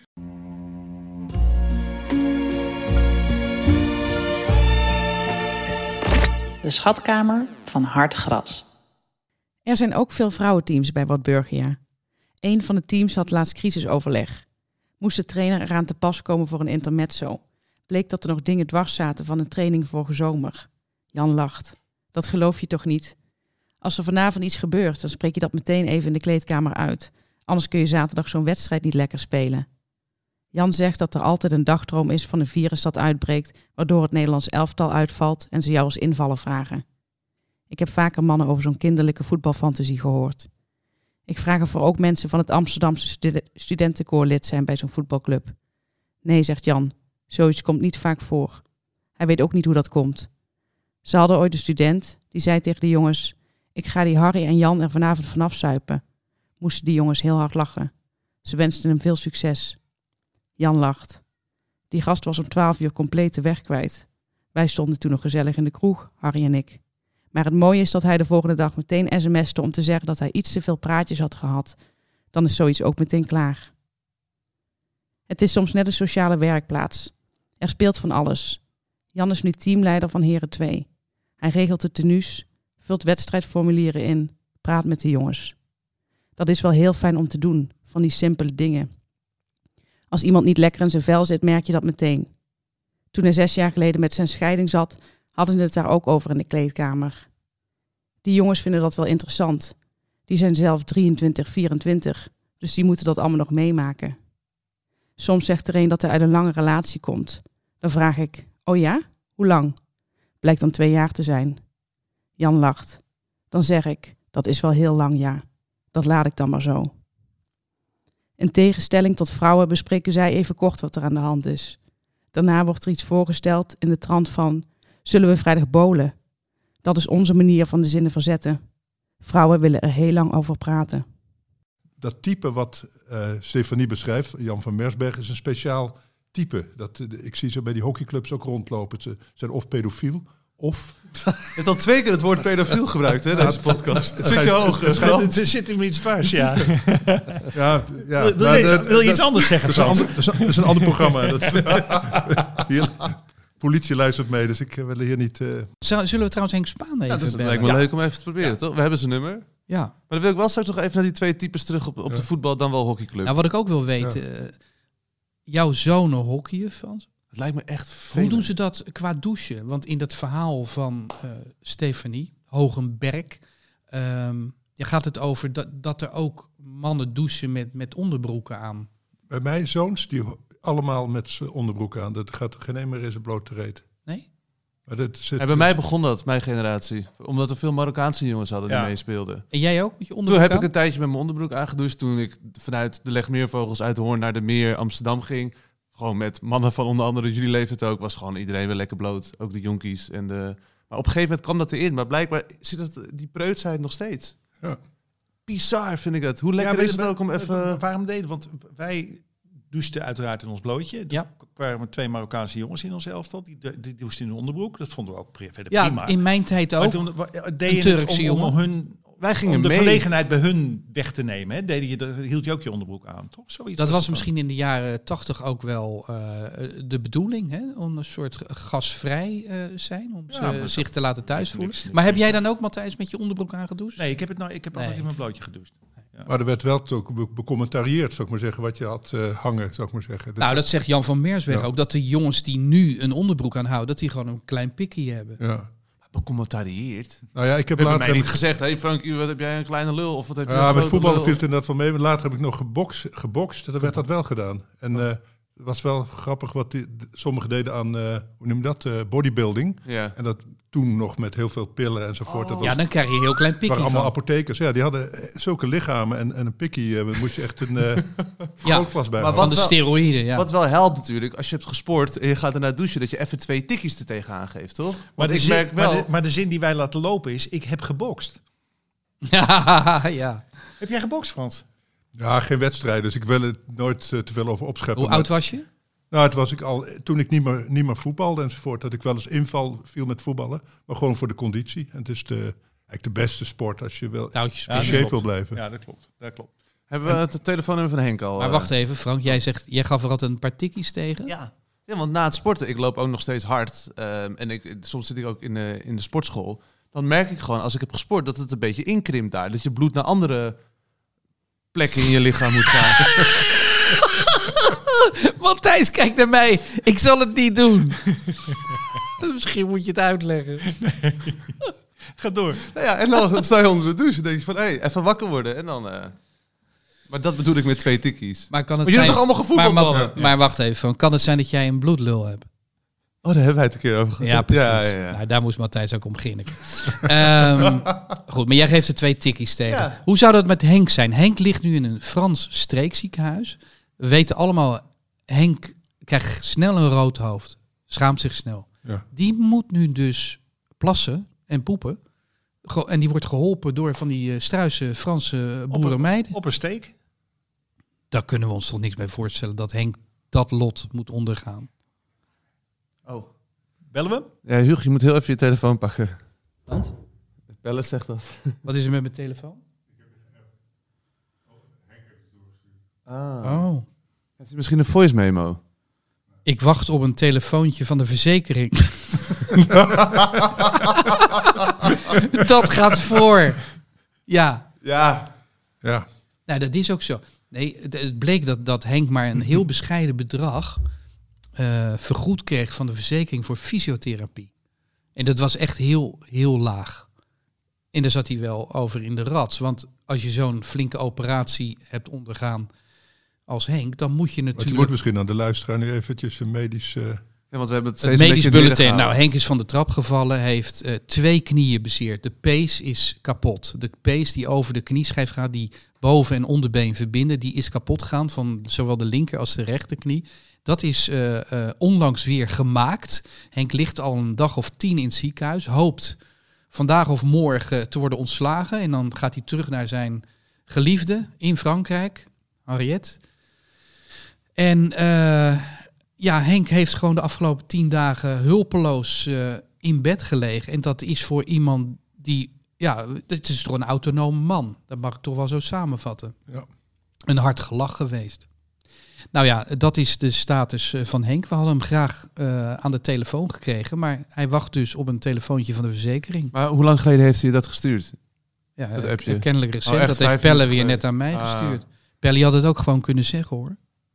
De schatkamer van Hartgras. Er zijn ook veel vrouwenteams bij Wadburgia. Een van de teams had laatst crisisoverleg. Moest de trainer eraan te pas komen voor een intermezzo. Bleek dat er nog dingen dwars zaten van een training vorige zomer. Jan lacht. Dat geloof je toch niet? Als er vanavond iets gebeurt, dan spreek je dat meteen even in de kleedkamer uit. Anders kun je zaterdag zo'n wedstrijd niet lekker spelen. Jan zegt dat er altijd een dagdroom is van een virus dat uitbreekt, waardoor het Nederlands elftal uitvalt en ze jou als invaller vragen. Ik heb vaker mannen over zo'n kinderlijke voetbalfantasie gehoord. Ik vraag of er ook mensen van het Amsterdamse studentenkoor lid zijn bij zo'n voetbalclub. Nee, zegt Jan, zoiets komt niet vaak voor. Hij weet ook niet hoe dat komt. Ze hadden ooit een student, die zei tegen de jongens, ik ga die Harry en Jan er vanavond vanaf zuipen. Moesten die jongens heel hard lachen. Ze wensten hem veel succes. Jan lacht. Die gast was om 12 uur compleet de weg kwijt. Wij stonden toen nog gezellig in de kroeg, Harry en ik. Maar het mooie is dat hij de volgende dag meteen sms'te om te zeggen dat hij iets te veel praatjes had gehad. Dan is zoiets ook meteen klaar. Het is soms net een sociale werkplaats. Er speelt van alles. Jan is nu teamleider van Heren 2. Hij regelt de tenues, vult wedstrijdformulieren in, praat met de jongens. Dat is wel heel fijn om te doen, van die simpele dingen. Als iemand niet lekker in zijn vel zit, merk je dat meteen. Toen hij 6 jaar geleden met zijn scheiding zat, hadden ze het daar ook over in de kleedkamer. Die jongens vinden dat wel interessant. Die zijn zelf 23, 24, dus die moeten dat allemaal nog meemaken. Soms zegt er een dat hij uit een lange relatie komt. Dan vraag ik, oh ja? Hoe lang? Blijkt dan 2 jaar te zijn. Jan lacht. Dan zeg ik, dat is wel heel lang, ja. Dat laat ik dan maar zo. In tegenstelling tot vrouwen bespreken zij even kort wat er aan de hand is. Daarna wordt er iets voorgesteld in de trant van, zullen we vrijdag bowlen? Dat is onze manier van de zinnen verzetten. Vrouwen willen er heel lang over praten. Dat type wat Stefanie beschrijft, Jan van Mersberg, is een speciaal type. Ik zie ze bij die hockeyclubs ook rondlopen. Ze zijn of pedofiel Of... Je hebt al 2 keer het woord pedofiel gebruikt, hè, deze podcast. Het zit je hoog. Het zit hem iets dwars, ja. Wil je iets anders zeggen? Dat is een ander programma. Politie luistert mee, dus ik wil hier niet... Zullen we trouwens Henk Spaan even dat bellen? lijkt me leuk om even te proberen, toch? We hebben zijn nummer. Ja. Maar dan wil ik wel straks nog even naar die 2 types terug op de voetbal, dan wel hockeyclub. Nou, wat ik ook wil weten... jouw zonen hockeyen, Frans? Het lijkt me echt veel. Hoe doen ze dat qua douchen? Want in dat verhaal van Stefanie Hogenberg... gaat het over dat er ook mannen douchen met onderbroeken aan. Bij mijn zoons, die allemaal met onderbroeken aan. Dat gaat geen een meer in zijn blote reet. Nee? Maar bij mij begon dat, mijn generatie. Omdat er veel Marokkaanse jongens hadden die meespeelden. En jij ook met je onderbroek Toen heb aan? ik een tijdje met mijn onderbroek aangedoucht. Toen ik vanuit de Legmeervogels uit de Hoorn naar de Meer Amsterdam ging. Gewoon met mannen van onder andere jullie leeftijd ook. Was gewoon iedereen weer lekker bloot. Ook de jonkies. Maar op een gegeven moment kwam dat erin. Maar blijkbaar zit die preutsheid nog steeds. Ja. Bizar vind ik het. Hoe lekker is het ook om even... Waarom deden? Want wij douchten uiteraard in ons blootje. Er kwamen 2 Marokkaanse jongens in ons elftal. Die douchten in de onderbroek. Dat vonden we ook verder prima. Ja, in mijn tijd ook. Toen een Turkse jongen. Om de verlegenheid bij hun weg te nemen. Hè? Hield je ook je onderbroek aan, toch? Zoiets dat was misschien in de jaren 80 ook wel de bedoeling. Hè? Om een soort gasvrij zijn. Om zich te laten thuis voelen. Maar heb jij dan ook, Matthijs, met je onderbroek aangedoucht? Nee, ik heb altijd in mijn blootje gedoucht. Ja. Maar er werd wel ook becommentarieerd, zou ik maar zeggen, wat je had hangen, zou ik maar zeggen. Nou, dat zegt Jan van Meersberg ook. Dat de jongens die nu een onderbroek aanhouden, dat die gewoon een klein pikkie hebben. Ja. Becommentarieerd. Nou ja, ik heb later mij niet gezegd, hey Frankie, wat heb jij een kleine lul? Of wat heb je ja, met voetballen viel het inderdaad wel mee. Later heb ik nog gebokst. Dan werd dat wel gedaan. En het was wel grappig wat sommigen deden aan, hoe noem je dat, bodybuilding. Ja. En dat toen nog met heel veel pillen enzovoort. Dat dan krijg je een heel klein pikkie van. Allemaal apothekers. Ja, die hadden zulke lichamen en een pikkie. Moest je echt een grootklas bij. Maar van de steroïden, ja. Wat wel helpt natuurlijk, als je hebt gesport en je gaat ernaar douchen, dat je even 2 tikkies er tegenaan geeft, toch? Maar ik merk wel... Maar de zin die wij laten lopen is, ik heb gebokst. Ja. Heb jij gebokst, Frans? Ja, geen wedstrijd, dus ik wil het nooit te veel over opscheppen. Hoe oud was je? Nou, het was ik al toen ik niet meer voetbalde enzovoort, dat ik wel eens inval viel met voetballen, maar gewoon voor de conditie. En het is eigenlijk de beste sport als je wel in shape wil blijven. Ja, dat klopt. Hebben we het telefoonnummer van Henk al? Maar wacht even, Frank, jij gaf er altijd een paar tikkies tegen? Ja, want na het sporten, ik loop ook nog steeds hard en soms zit ik ook in de sportschool. Dan merk ik gewoon, als ik heb gesport, dat het een beetje inkrimpt daar. Dat je bloed naar andere plekken in je lichaam moet gaan. Matthijs, kijk naar mij. Ik zal het niet doen. Misschien moet je het uitleggen. Nee. Ga door. Nou ja, en dan sta je onder de douche en denk je van, even wakker worden. En dan... Maar dat bedoel ik met 2 tikkies. Maar kan het jullie hebben toch allemaal gevoetbald? Maar wacht even, kan het zijn dat jij een bloedlul hebt? Oh, daar hebben wij het een keer over gehad. Ja, precies. Ja. Nou, daar moest Matthijs ook om beginnen. Goed, maar jij geeft er 2 tikkies tegen. Ja. Hoe zou dat met Henk zijn? Henk ligt nu in een Frans streekziekenhuis. We weten allemaal, Henk krijgt snel een rood hoofd. Schaamt zich snel. Ja. Die moet nu dus plassen en poepen. En die wordt geholpen door van die struise Franse boerenmeiden. Op een steek? Daar kunnen we ons toch niks bij voorstellen dat Henk dat lot moet ondergaan. Oh. Bellen we? Ja, Hugo, je moet heel even je telefoon pakken. Want? Bellen zegt dat. Wat is er met mijn telefoon? Oh. Heeft hij misschien een voice memo? Ik wacht op een telefoontje van de verzekering. Dat gaat voor. Ja. Nou, dat is ook zo. Nee, het bleek dat Henk maar een heel bescheiden bedrag vergoed kreeg van de verzekering voor fysiotherapie. En dat was echt heel, heel laag. En daar zat hij wel over in de rats. Want als je zo'n flinke operatie hebt ondergaan als Henk, dan moet je natuurlijk... Want je moet misschien aan de luisteraar nu eventjes een medisch... Ja, want we hebben het medisch bulletin. Nou, Henk is van de trap gevallen, heeft 2 knieën bezeerd. De pees is kapot. De pees die over de knieschijf gaat, die boven- en onderbeen verbinden, die is kapot gegaan van zowel de linker als de rechterknie. Dat is onlangs weer gemaakt. Henk ligt al een dag of 10 in het ziekenhuis, hoopt vandaag of morgen te worden ontslagen. En dan gaat hij terug naar zijn geliefde in Frankrijk, Henriette. En Henk heeft gewoon de afgelopen 10 dagen hulpeloos in bed gelegen. En dat is voor iemand die... Ja, het is toch een autonoom man. Dat mag ik toch wel zo samenvatten. Ja. Een hard gelach geweest. Nou ja, dat is de status van Henk. We hadden hem graag aan de telefoon gekregen. Maar hij wacht dus op een telefoontje van de verzekering. Maar hoe lang geleden heeft hij dat gestuurd? Ja, dat appje. kennelijk recent. echt Dat heeft 5 Pelle minuten weer geleden. net aan mij gestuurd. Pelle had het ook gewoon kunnen zeggen, hoor.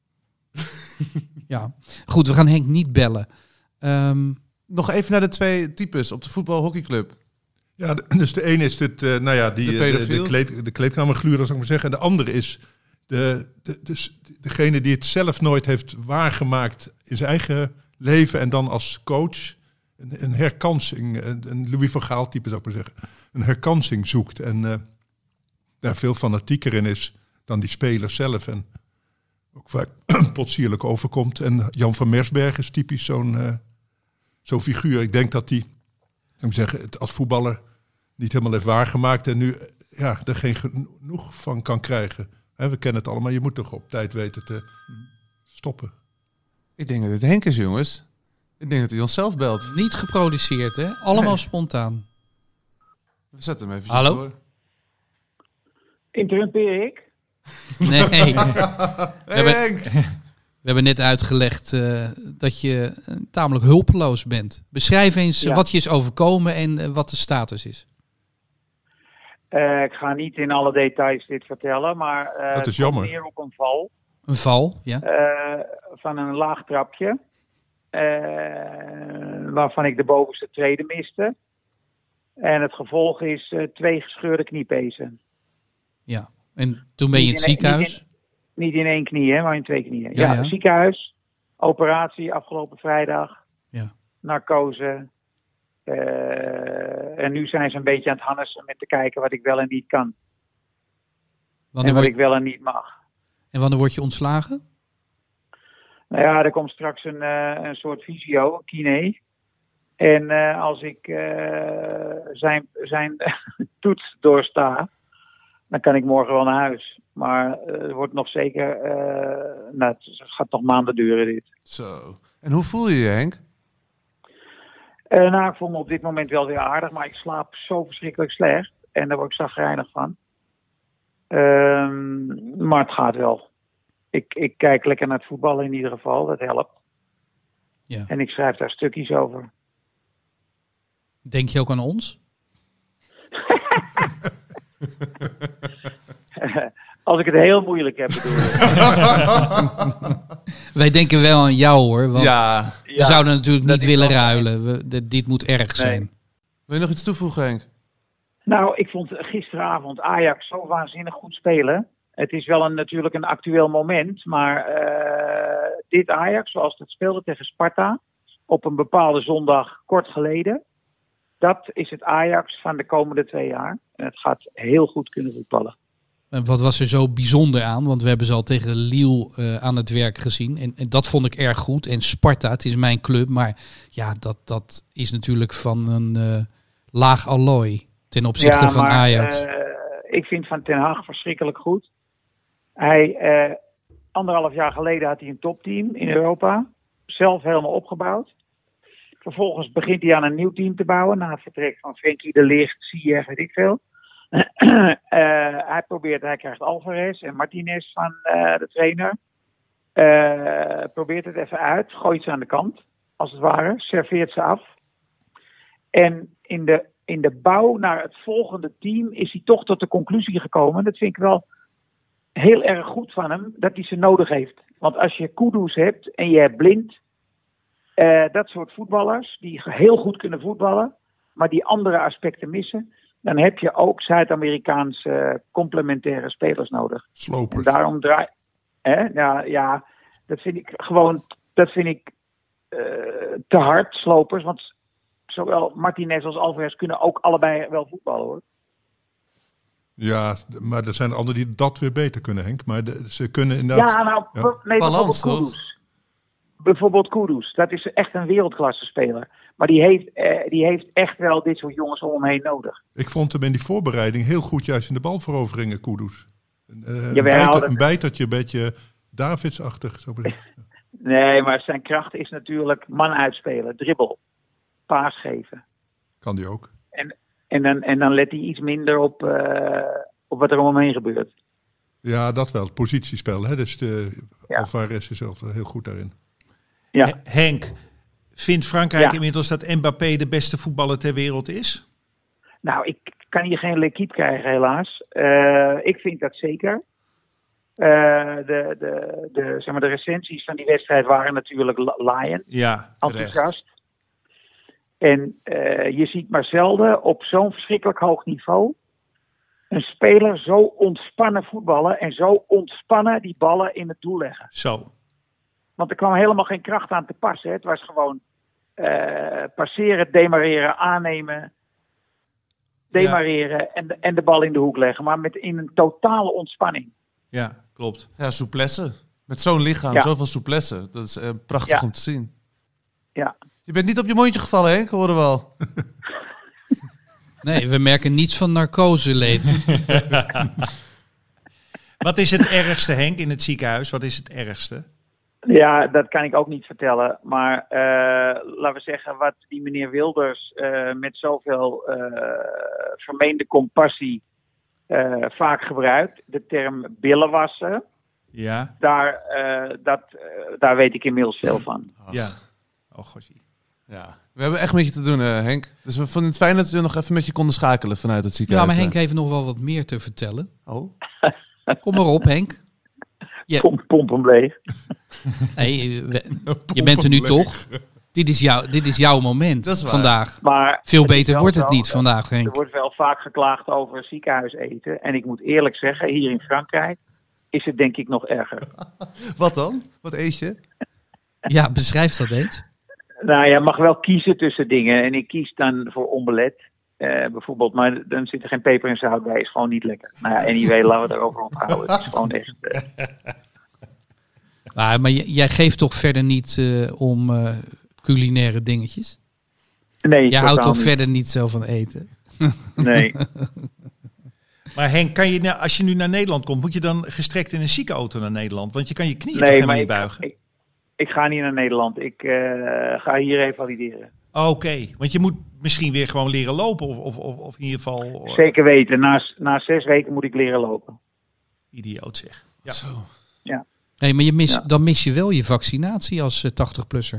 Ja, goed, we gaan Henk niet bellen. Nog even naar de 2 types op de voetbalhockeyclub. Ja, dus de ene is de kleedkamergluurder, zou ik maar zeggen. En de andere is degene die het zelf nooit heeft waargemaakt in zijn eigen leven. En dan als coach een herkansing, een Louis van Gaal type zou ik maar zeggen. Een herkansing zoekt en daar veel fanatieker in is dan die speler zelf. En ook vaak potsierlijk overkomt. En Jan van Mersberg is typisch zo'n figuur. Ik denk dat hij, het als voetballer niet helemaal heeft waargemaakt en nu er geen genoeg van kan krijgen. We kennen het allemaal, je moet toch op tijd weten te stoppen. Ik denk dat het Henk is, jongens. Ik denk dat hij ons zelf belt. Niet geproduceerd, hè? Allemaal spontaan. We zetten hem even Hallo? door. Interrumpeer ik? Nee. Henk! We hebben net uitgelegd dat je tamelijk hulpeloos bent. Beschrijf eens wat je is overkomen en wat de status is. Ik ga niet in alle details dit vertellen, maar dat is jammer. Meer op een val. Een val, ja. Van een laag trapje. Waarvan ik de bovenste trede miste. En het gevolg is 2 gescheurde kniepezen. Ja, en toen ben je in het ziekenhuis? Niet in 1 knie, hè, maar in 2 knieën. Ja. Ziekenhuis, operatie afgelopen vrijdag, narcose. En nu zijn ze een beetje aan het harnessen met te kijken wat ik wel en niet kan. Ik wel en niet mag. En wanneer word je ontslagen? Nou ja, er komt straks een soort fysio, een kine. En als ik zijn toets doorsta, dan kan ik morgen wel naar huis. Maar het wordt nog zeker... het gaat nog maanden duren, dit. Zo. En hoe voel je je, Henk? Ik voel me op dit moment wel weer aardig, maar ik slaap zo verschrikkelijk slecht. En daar word ik chagrijnig van. Maar het gaat wel. Ik kijk lekker naar het voetballen in ieder geval, dat helpt. Ja. En ik schrijf daar stukjes over. Denk je ook aan ons? Als ik het heel moeilijk heb, bedoel ik. Wij denken wel aan jou, hoor. Want we zouden natuurlijk niet willen wel ruilen. Dit moet erg zijn. Wil je nog iets toevoegen, Henk? Nou, ik vond gisteravond Ajax zo waanzinnig goed spelen. Het is wel natuurlijk een actueel moment. Maar dit Ajax, zoals het speelde tegen Sparta... op een bepaalde zondag kort geleden... dat is het Ajax van de komende 2 jaar. En het gaat heel goed kunnen voetballen. En wat was er zo bijzonder aan? Want we hebben ze al tegen Lille aan het werk gezien. En dat vond ik erg goed. En Sparta, het is mijn club. Maar ja, dat is natuurlijk van een laag allooi ten opzichte van Ajax. Ik vind Van Ten Hag verschrikkelijk goed. Hij, 1,5 jaar geleden had hij een topteam in Europa. Zelf helemaal opgebouwd. Vervolgens begint hij aan een nieuw team te bouwen. Na het vertrek van Frenkie de Ligt, Ziyech, weet ik veel. Hij krijgt Alvarez en Martinez van de trainer. Probeert het even uit. Gooit ze aan de kant, als het ware. Serveert ze af. En in de bouw naar het volgende team is hij toch tot de conclusie gekomen. Dat vind ik wel heel erg goed van hem, dat hij ze nodig heeft. Want als je Kudus hebt en je hebt Blind... dat soort voetballers die heel goed kunnen voetballen... maar die andere aspecten missen... dan heb je ook Zuid-Amerikaanse complementaire spelers nodig. Slopers. En daarom dat vind ik gewoon... dat vind ik te hard, slopers. Want zowel Martinez als Alvarez kunnen ook allebei wel voetballen, hoor. Ja, maar er zijn anderen die dat weer beter kunnen, Henk. Maar ze kunnen inderdaad... Balans, toch? Bijvoorbeeld Kudus. Dat is echt een wereldklasse speler. Maar die heeft echt wel dit soort jongens om hem heen nodig. Ik vond hem in die voorbereiding heel goed juist in de balveroveringen, Kudus. Een bijtertje, een beetje Davids-achtig. Zo nee, maar zijn kracht is natuurlijk man uitspelen, dribbel. paas geven. Kan die ook. En dan let hij iets minder op wat er om hem heen gebeurt. Ja, dat wel. Het positiespel. Hè? Dus Alvarez is ook heel goed daarin. Ja. Henk, vindt Frankrijk inmiddels dat Mbappé de beste voetballer ter wereld is? Nou, ik kan hier geen l'équipe krijgen helaas. Ik vind dat zeker. De recensies van die wedstrijd waren natuurlijk laaiend. Ja, enthousiast. En je ziet maar zelden op zo'n verschrikkelijk hoog niveau een speler zo ontspannen voetballen en zo ontspannen die ballen in het doel leggen. Zo. Want er kwam helemaal geen kracht aan te passen. Het was gewoon passeren, demareren, aannemen, demareren en de bal in de hoek leggen. Maar in een totale ontspanning. Ja, klopt. Ja, souplesse. Met zo'n lichaam, zoveel souplesse. Dat is prachtig om te zien. Ja. Je bent niet op je mondje gevallen, Henk, horen we al. Nee, we merken niets van narcoseleed. Wat is het ergste, Henk, in het ziekenhuis? Wat is het ergste? Ja, dat kan ik ook niet vertellen. Maar laten we zeggen, wat die meneer Wilders met zoveel vermeende compassie vaak gebruikt. De term billen wassen. Ja. Daar weet ik inmiddels veel van. Ja. Oh, gozie. Ja. We hebben echt met je te doen, Henk. Dus we vonden het fijn dat we nog even met je konden schakelen vanuit het ziekenhuis. Ja, maar Henk heeft nog wel wat meer te vertellen. Oh. Kom maar op, Henk. Pomp hem leeg. Nee, je bent er nu toch? Dit is jouw moment vandaag. Maar veel beter wordt het niet vandaag, Henk. Er wordt wel vaak geklaagd over ziekenhuiseten. En ik moet eerlijk zeggen, hier in Frankrijk is het denk ik nog erger. Wat dan? Wat eet je? Ja, beschrijf dat eens. Nou, je mag wel kiezen tussen dingen. En ik kies dan voor omelet. Bijvoorbeeld, maar dan zit er geen peper en zout bij. Is gewoon niet lekker. Nou ja, anyway, laten we daarover onthouden. Het is gewoon echt... Maar jij geeft toch verder niet om culinaire dingetjes? Nee, jij houdt toch niet. verder niet zo van eten? Nee. Maar Henk, als je nu naar Nederland komt, moet je dan gestrekt in een ziekenauto naar Nederland? Want je kan je knieën toch helemaal niet buigen? Ik ga niet naar Nederland. Ik ga hier revalideren. Oké, want je moet misschien weer gewoon leren lopen of in ieder geval... Zeker weten. Na 6 weken moet ik leren lopen. Idioot zeg. Ja. Zo. Ja. Nee, maar dan mis je wel je vaccinatie als 80-plusser.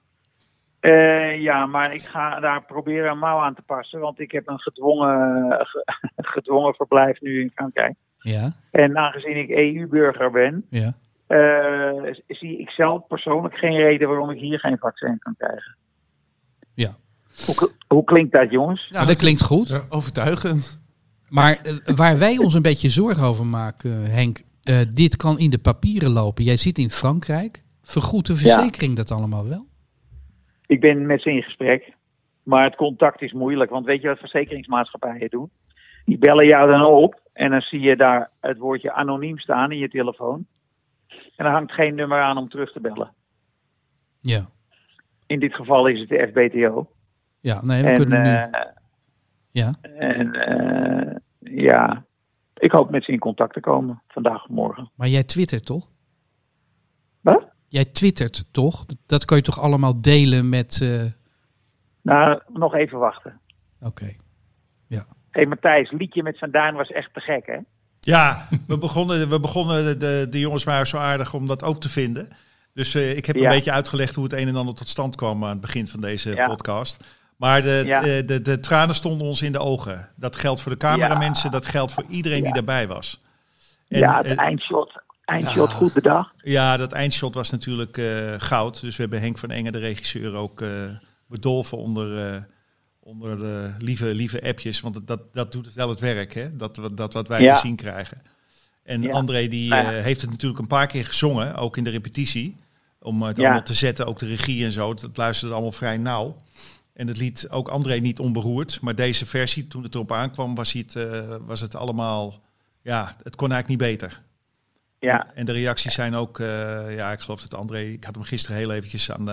Ja, maar ik ga daar proberen een mouw aan te passen. Want ik heb een gedwongen verblijf nu in Frankrijk. Ja. En aangezien ik EU-burger ben... Ja. zie ik zelf persoonlijk geen reden waarom ik hier geen vaccin kan krijgen. Ja. Hoe klinkt dat, jongens? Ja, dat klinkt goed. Ja, overtuigend. Maar waar wij ons een beetje zorgen over maken, Henk... dit kan in de papieren lopen. Jij zit in Frankrijk. Vergoedt de verzekering dat allemaal wel? Ik ben met ze in gesprek. Maar het contact is moeilijk. Want weet je wat verzekeringsmaatschappijen doen? Die bellen jou dan op. En dan zie je daar het woordje anoniem staan in je telefoon. En er hangt geen nummer aan om terug te bellen. Ja. In dit geval is het de FBTO. Ja, nee, we kunnen nu... Ja. En ja, ik hoop met ze in contact te komen vandaag of morgen. Maar jij twittert toch? Wat? Jij twittert toch? Dat kan je toch allemaal delen met... Nou, nog even wachten. Oké. Ja. Hé Matthijs, liedje met Van Duin was echt te gek, hè? Ja, we begonnen de jongens waren zo aardig om dat ook te vinden. Dus ik heb een beetje uitgelegd hoe het een en ander tot stand kwam aan het begin van deze podcast. Maar de tranen stonden ons in de ogen. Dat geldt voor de cameramensen, dat geldt voor iedereen die daarbij was. En, het eindshot goed bedacht. Ja, dat eindshot was natuurlijk goud. Dus we hebben Henk van Engen, de regisseur, ook bedolven onder de lieve appjes. Want dat doet wel het werk, hè? Dat wat wij te zien krijgen. En André heeft het natuurlijk een paar keer gezongen, ook in de repetitie. Om het allemaal te zetten, ook de regie en zo. Dat luisterde allemaal vrij nauw. En het liet ook André niet onberoerd. Maar deze versie, toen het erop aankwam, was het allemaal... Ja, het kon eigenlijk niet beter. Ja. En de reacties zijn ook... ik geloof dat André... Ik had hem gisteren heel eventjes aan...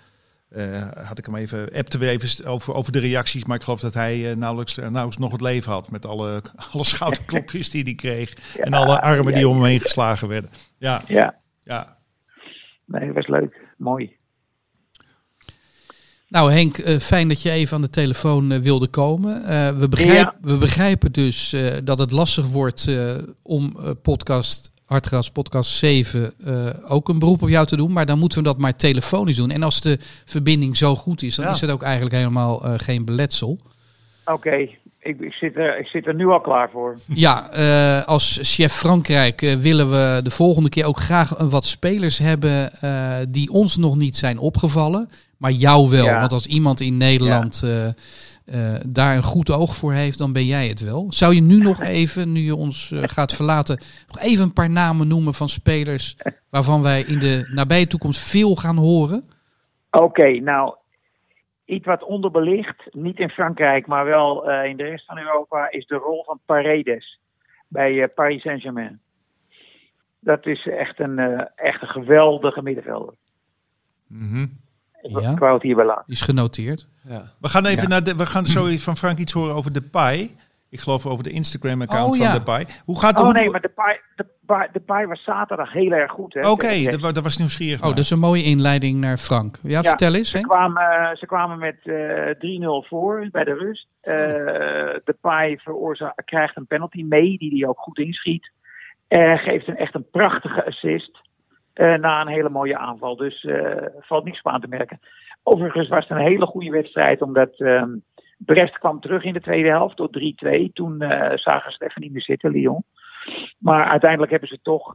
appten we even over de reacties. Maar ik geloof dat hij nauwelijks nog het leven had. Met alle schouderklopjes die hij kreeg. Ja, en alle armen die om hem heen geslagen werden. Ja. Nee, dat was leuk. Mooi. Nou Henk, fijn dat je even aan de telefoon wilde komen. We begrijpen dus dat het lastig wordt om Hartgras podcast 7 ook een beroep op jou te doen. Maar dan moeten we dat maar telefonisch doen. En als de verbinding zo goed is, dan is het ook eigenlijk helemaal geen beletsel. Oké. Ik zit er nu al klaar voor. Ja, als chef Frankrijk willen we de volgende keer ook graag wat spelers hebben die ons nog niet zijn opgevallen. Maar jou wel. Ja. Want als iemand in Nederland daar een goed oog voor heeft, dan ben jij het wel. Zou je nu nog even, nu je ons gaat verlaten, nog even een paar namen noemen van spelers waarvan wij in de nabije toekomst veel gaan horen? Oké, nou, iets wat onderbelicht, niet in Frankrijk, maar wel in de rest van Europa, is de rol van Paredes bij Paris Saint-Germain. Dat is echt een geweldige middenvelder. Mm-hmm. Ik wou het hierbij laten. Die is genoteerd. Ja. We gaan even we gaan zo van Frank iets horen over Depay. Ik geloof over de Instagram-account van Depay. Hoe gaat het? Maar Depay was zaterdag heel erg goed. Oké, dat was nieuwsgierig. Dat is een mooie inleiding naar Frank. Ja, vertel eens. Ze kwamen met 3-0 voor bij de rust. Depay krijgt een penalty mee, die hij ook goed inschiet. Geeft echt een prachtige assist na een hele mooie aanval. Dus valt niks op aan te merken. Overigens was het een hele goede wedstrijd, omdat Brest kwam terug in de tweede helft tot 3-2. Toen zagen ze het even niet meer zitten, Lyon. Maar uiteindelijk hebben ze toch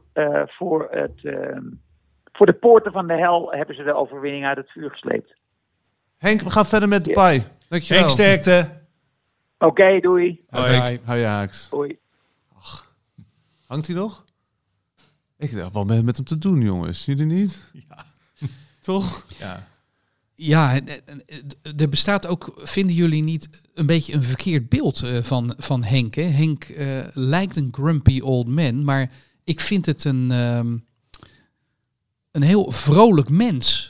voor de poorten van de hel hebben ze de overwinning uit het vuur gesleept. Henk, we gaan verder met Depay. Dankjewel. Henk, sterkte. Oké, doei. Hoi Ajax. Hoi. Hangt hij nog? Ik dacht wel met hem te doen, jongens. Jullie niet? Ja. Toch? Ja. Ja, er bestaat ook, vinden jullie niet, een beetje een verkeerd beeld van Henk? Hè? Henk lijkt een grumpy old man, maar ik vind het een heel vrolijk mens.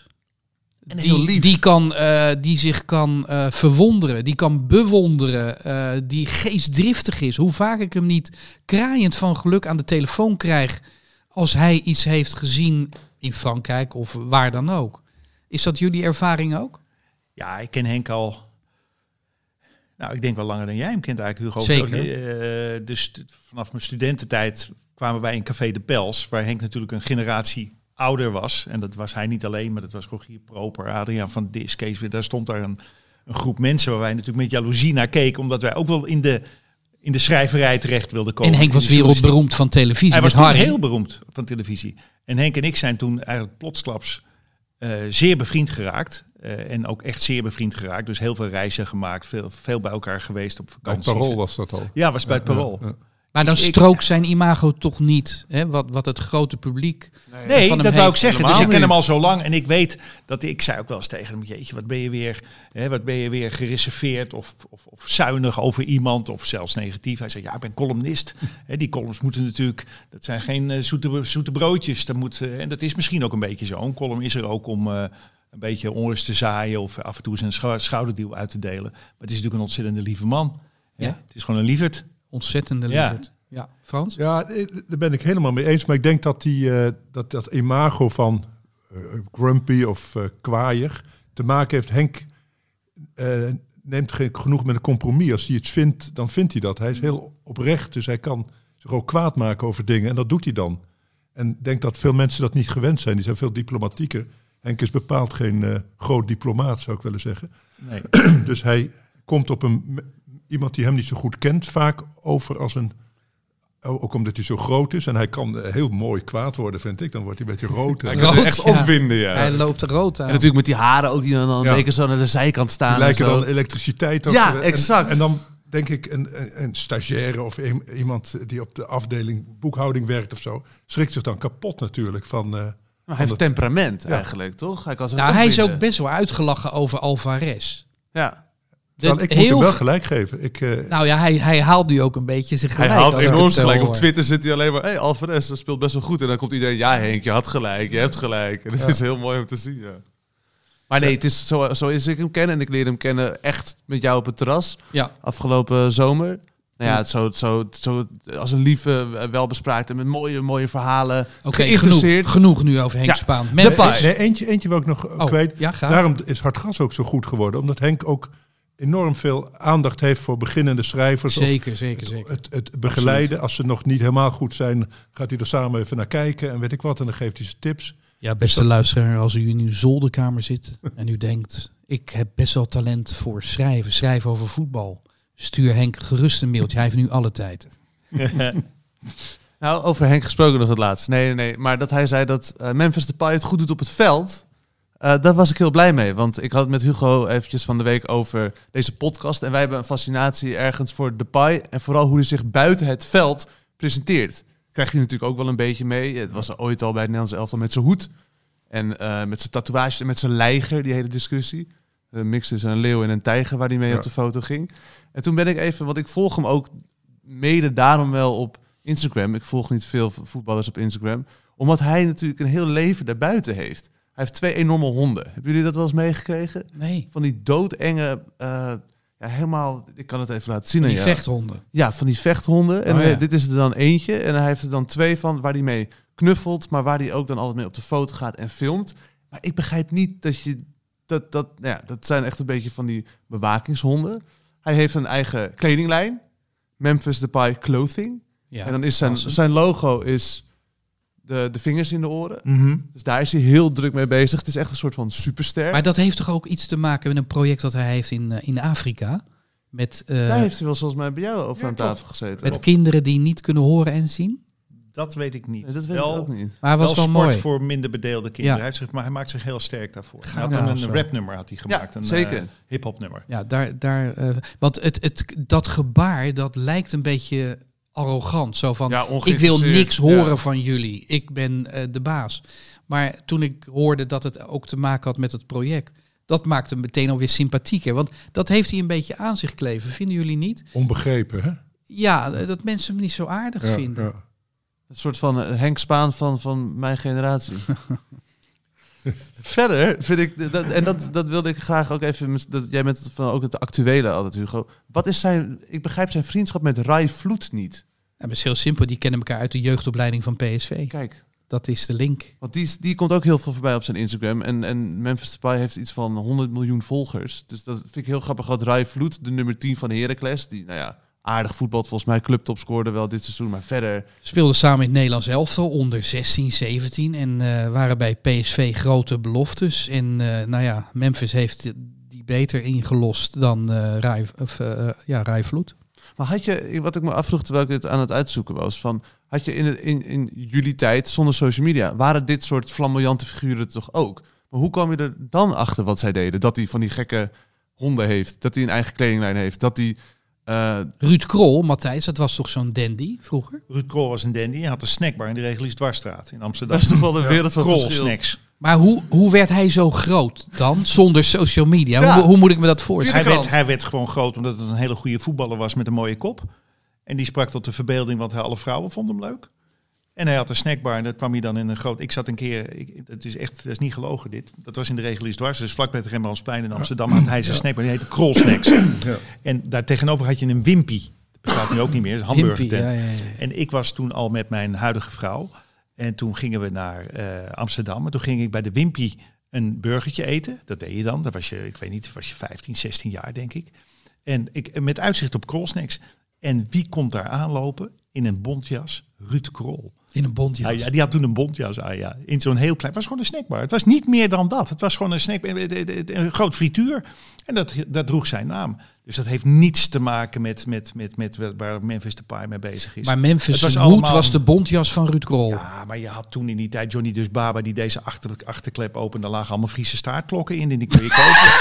Die zich kan verwonderen, die kan bewonderen, die geestdriftig is. Hoe vaak ik hem niet kraaiend van geluk aan de telefoon krijg als hij iets heeft gezien in Frankrijk of waar dan ook. Is dat jullie ervaring ook? Ja, ik ken Henk al. Nou, ik denk wel langer dan jij hem kent eigenlijk, Hugo. Zeker. Dus vanaf mijn studententijd kwamen wij in Café de Pels, waar Henk natuurlijk een generatie ouder was. En dat was hij niet alleen, maar dat was Rogier Proper, Adriaan van Dis, Kees. Daar stond daar een groep mensen waar wij natuurlijk met jaloezie naar keken, omdat wij ook wel in de schrijverij terecht wilden komen. En Henk was wereldberoemd van televisie. Hij was toen heel beroemd van televisie. En Henk en ik zijn toen eigenlijk plotsklaps zeer bevriend geraakt. En ook echt zeer bevriend geraakt. Dus heel veel reizen gemaakt. Veel bij elkaar geweest op vakantie. Bij het Parool was dat al. Ja, was bij het Parool. Ja. Maar dan strookt zijn imago toch niet, hè? Wat het grote publiek Nee, van hem dat wou ik heeft. zeggen. Dus ik ken hem al zo lang. En ik weet dat ik zei ook wel eens tegen hem, jeetje, wat ben je weer gereserveerd of zuinig over iemand of zelfs negatief. Hij zei, ja, ik ben columnist. Die columns moeten natuurlijk, dat zijn geen zoete broodjes. En dat is misschien ook een beetje zo. Een column is er ook om een beetje onrust te zaaien of af en toe zijn schouderduw uit te delen. Maar het is natuurlijk een ontzettende lieve man. Ja? Het is gewoon een lieverd. Ontzettende lieverd. Ja, Frans? Ja, daar ben ik helemaal mee eens. Maar ik denk dat dat imago van grumpy of kwaaier te maken heeft. Henk neemt genoeg met een compromis. Als hij iets vindt, dan vindt hij dat. Hij is heel oprecht, dus hij kan zich ook kwaad maken over dingen. En dat doet hij dan. En ik denk dat veel mensen dat niet gewend zijn. Die zijn veel diplomatieker. Henk is bepaald geen groot diplomaat, zou ik willen zeggen. Nee. Dus hij komt op iemand die hem niet zo goed kent, vaak over als een... Ook omdat hij zo groot is en hij kan heel mooi kwaad worden, vind ik. Dan wordt hij een beetje rood. Hij kan echt opwinden, ja. Hij loopt er rood aan. En natuurlijk met die haren ook die dan een beetje zo naar de zijkant staan. Die lijken dan elektriciteit. Ook. Ja, exact. En dan denk ik een stagiaire of iemand die op de afdeling boekhouding werkt of zo, schrikt zich dan kapot natuurlijk van... hij heeft temperament eigenlijk, toch? Hij is ook best wel uitgelachen over Alvarez. Ja. Ik moet hem wel gelijk geven. Nou ja, hij haalt nu ook een beetje zich gelijk. Hij haalt enorm gelijk. Op Twitter zit hij alleen maar... Hey, Alvarez, dat speelt best wel goed. En dan komt iedereen... Ja, Henk, je had gelijk. Je hebt gelijk. En het is heel mooi om te zien, ja. Maar nee, het is zo is ik hem kennen. En ik leerde hem kennen echt met jou op het terras. Ja. Afgelopen zomer. Nou ja, zo als een lieve, welbespraakt en met mooie verhalen. Oké, genoeg nu over Henk Spaan. Eentje wil ik nog kwijt. Ja, daarom is Hartgras ook zo goed geworden. Omdat Henk ook enorm veel aandacht heeft voor beginnende schrijvers. Zeker. Het begeleiden. Absoluut. Als ze nog niet helemaal goed zijn, gaat hij er samen even naar kijken. En weet ik wat. En dan geeft hij ze tips. Ja, beste luisteraar, als u in uw zolderkamer zit en u denkt... ik heb best wel talent voor schrijven over voetbal... stuur Henk gerust een mailtje. Hij heeft nu alle tijd. Nou, over Henk gesproken nog het laatst. Nee. Maar dat hij zei dat Memphis Depay het goed doet op het veld... daar was ik heel blij mee. Want ik had het met Hugo eventjes van de week over deze podcast. En wij hebben een fascinatie ergens voor Depay. En vooral hoe hij zich buiten het veld presenteert. Krijg je natuurlijk ook wel een beetje mee. Het was ooit al bij het Nederlands elftal met zijn hoed. En met zijn tatoeages en met zijn lijger, die hele discussie. Een mix tussen een leeuw en een tijger waar hij mee op de foto ging. En toen ben ik even, want ik volg hem ook mede daarom wel op Instagram. Ik volg niet veel voetballers op Instagram. Omdat hij natuurlijk een heel leven daarbuiten heeft. Hij heeft 2 enorme honden. Hebben jullie dat wel eens meegekregen? Nee. Van die doodenge, helemaal, ik kan het even laten zien. Van die vechthonden? Ja, van die vechthonden. En dit is er dan eentje. En hij heeft er dan 2 van waar hij mee knuffelt. Maar waar hij ook dan altijd mee op de foto gaat en filmt. Maar ik begrijp niet dat je... Dat zijn echt een beetje van die bewakingshonden. Hij heeft een eigen kledinglijn. Memphis Depay Clothing. Ja, en dan is zijn logo is de vingers in de oren. Mm-hmm. Dus daar is hij heel druk mee bezig. Het is echt een soort van superster. Maar dat heeft toch ook iets te maken met een project dat hij heeft in Afrika? Daar heeft hij wel volgens mij bij jou over aan tafel gezeten. Met kinderen die niet kunnen horen en zien? Dat weet ik niet. Nee, dat weet ik ook niet. Maar was wel sport mooi voor minder bedeelde kinderen. Ja. Maar hij maakt zich heel sterk daarvoor. Hij had dan een rapnummer had hij gemaakt. Ja, zeker. Een hip-hop nummer. Ja, want dat gebaar, dat lijkt een beetje arrogant. Zo van, ik wil niks horen van jullie. Ik ben de baas. Maar toen ik hoorde dat het ook te maken had met het project... dat maakte hem meteen alweer sympathieker. Want dat heeft hij een beetje aan zich kleven. Vinden jullie niet? Onbegrepen, hè? Ja, dat mensen hem niet zo aardig vinden. Ja. Een soort van Henk Spaan van mijn generatie. Verder vind ik, dat wilde ik graag ook even... Jij bent van ook het actuele altijd, Hugo. Wat is ik begrijp zijn vriendschap met Rai Vloed niet. Ja, dat is heel simpel. Die kennen elkaar uit de jeugdopleiding van PSV. Kijk. Dat is de link. Want die komt ook heel veel voorbij op zijn Instagram. En Memphis Depay heeft iets van 100 miljoen volgers. Dus dat vind ik heel grappig. Dat Rai Vloed, de nummer 10 van Heracles... die, aardig voetbal, volgens mij clubtop scoorde wel dit seizoen, maar verder... Speelden samen in het Nederlands elftal onder 16, 17 en waren bij PSV grote beloftes. En Memphis heeft die beter ingelost dan Rai Vloed. Maar wat ik me afvroeg terwijl ik dit aan het uitzoeken was, had je in jullie tijd, zonder social media, waren dit soort flamboyante figuren toch ook? Maar hoe kwam je er dan achter wat zij deden? Dat hij van die gekke honden heeft, dat hij een eigen kledinglijn heeft, dat hij... Ruud Krol, Matthijs, dat was toch zo'n dandy vroeger? Ruud Krol was een dandy. Hij had een snackbar in de Reguliers Dwarsstraat in Amsterdam. Dat is toch wel de wereld van Krol snacks. Maar hoe werd hij zo groot dan, zonder social media? Ja. Hoe moet ik me dat voorstellen? Hij werd gewoon groot omdat het een hele goede voetballer was met een mooie kop. En die sprak tot de verbeelding, want alle vrouwen vonden hem leuk. En hij had een snackbar en dat kwam hij dan in een groot... Ik zat een keer, dat is niet gelogen dit. Dat was in de Reguliers Dwars, dus vlak bij het Rembrandtsplein in Amsterdam had hij zijn snackbar. Die heette Krol Snacks. Ja. En daar tegenover had je een Wimpy. Dat bestaat nu ook niet meer, een hamburgertent. Ja. En ik was toen al met mijn huidige vrouw. En toen gingen we naar Amsterdam. En toen ging ik bij de Wimpy een burgertje eten. Dat deed je dan. Dat was je, ik weet niet, was je 15, 16 jaar denk ik. En met uitzicht op Krol Snacks. En wie komt daar aanlopen in een bontjas? Ruud Krol. In een bontjas? Ja, die had toen een bontjas aan, ja. In zo'n heel klein... Het was gewoon een snackbar. Het was niet meer dan dat. Het was gewoon een snackbar, een groot frituur. En dat droeg zijn naam. Dus dat heeft niets te maken met waar Memphis Depay mee bezig is. Maar Memphis' hoed was de bontjas van Ruud Krol. Ja, maar je had toen in die tijd Johnny Dus Baba die deze achterklep opende. Daar lagen allemaal Friese staartklokken in en die kun je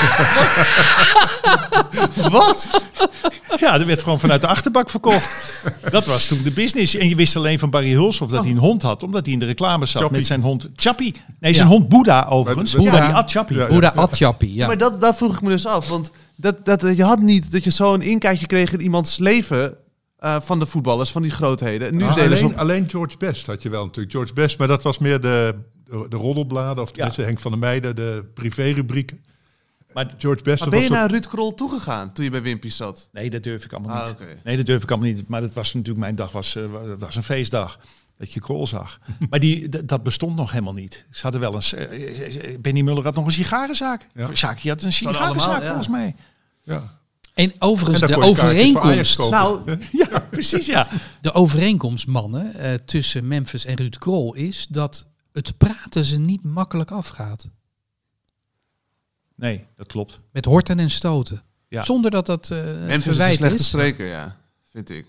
kopen. Wat? Ja, dat werd gewoon vanuit de achterbak verkocht. Dat was toen de business. En je wist alleen van Barry Hulshoff dat hij een hond had. Omdat hij in de reclame zat met zijn hond Chappie. Nee, zijn hond Boeddha overigens. Boeddha, die at Chappie. Boeddha at Chappie, ja. Maar daar vroeg ik me dus af. Want je had niet dat je zo een inkijkje kreeg in iemands leven van de voetballers, van die grootheden. Nu alleen George Best had je wel natuurlijk. George Best, maar dat was meer de roddelbladen. Of tenminste Henk van der Meijden, de privérubrieken. Maar George Best Maar ben je naar Ruud Krol toegegaan toen je bij Wimpy zat? Nee, dat durf ik allemaal niet. Okay. Nee, dat durf ik allemaal niet. Maar dat was natuurlijk, mijn dag was een feestdag. Dat je Krol zag. Maar dat bestond nog helemaal niet. Ze hadden wel een... Benny Muller had nog een sigarenzaak. Ja. Saki had een sigarenzaak volgens mij. Ja. En overigens En de daar kon je kaartjes voor Ajax overeenkomst... kopen. Ja, precies, ja. De overeenkomst, mannen, tussen Memphis en Ruud Krol is dat het praten ze niet makkelijk afgaat. Nee, dat klopt. Met horten en stoten. Ja. Zonder dat dat Memphis is een verwijt slechte is. spreker, ja. Vind ik.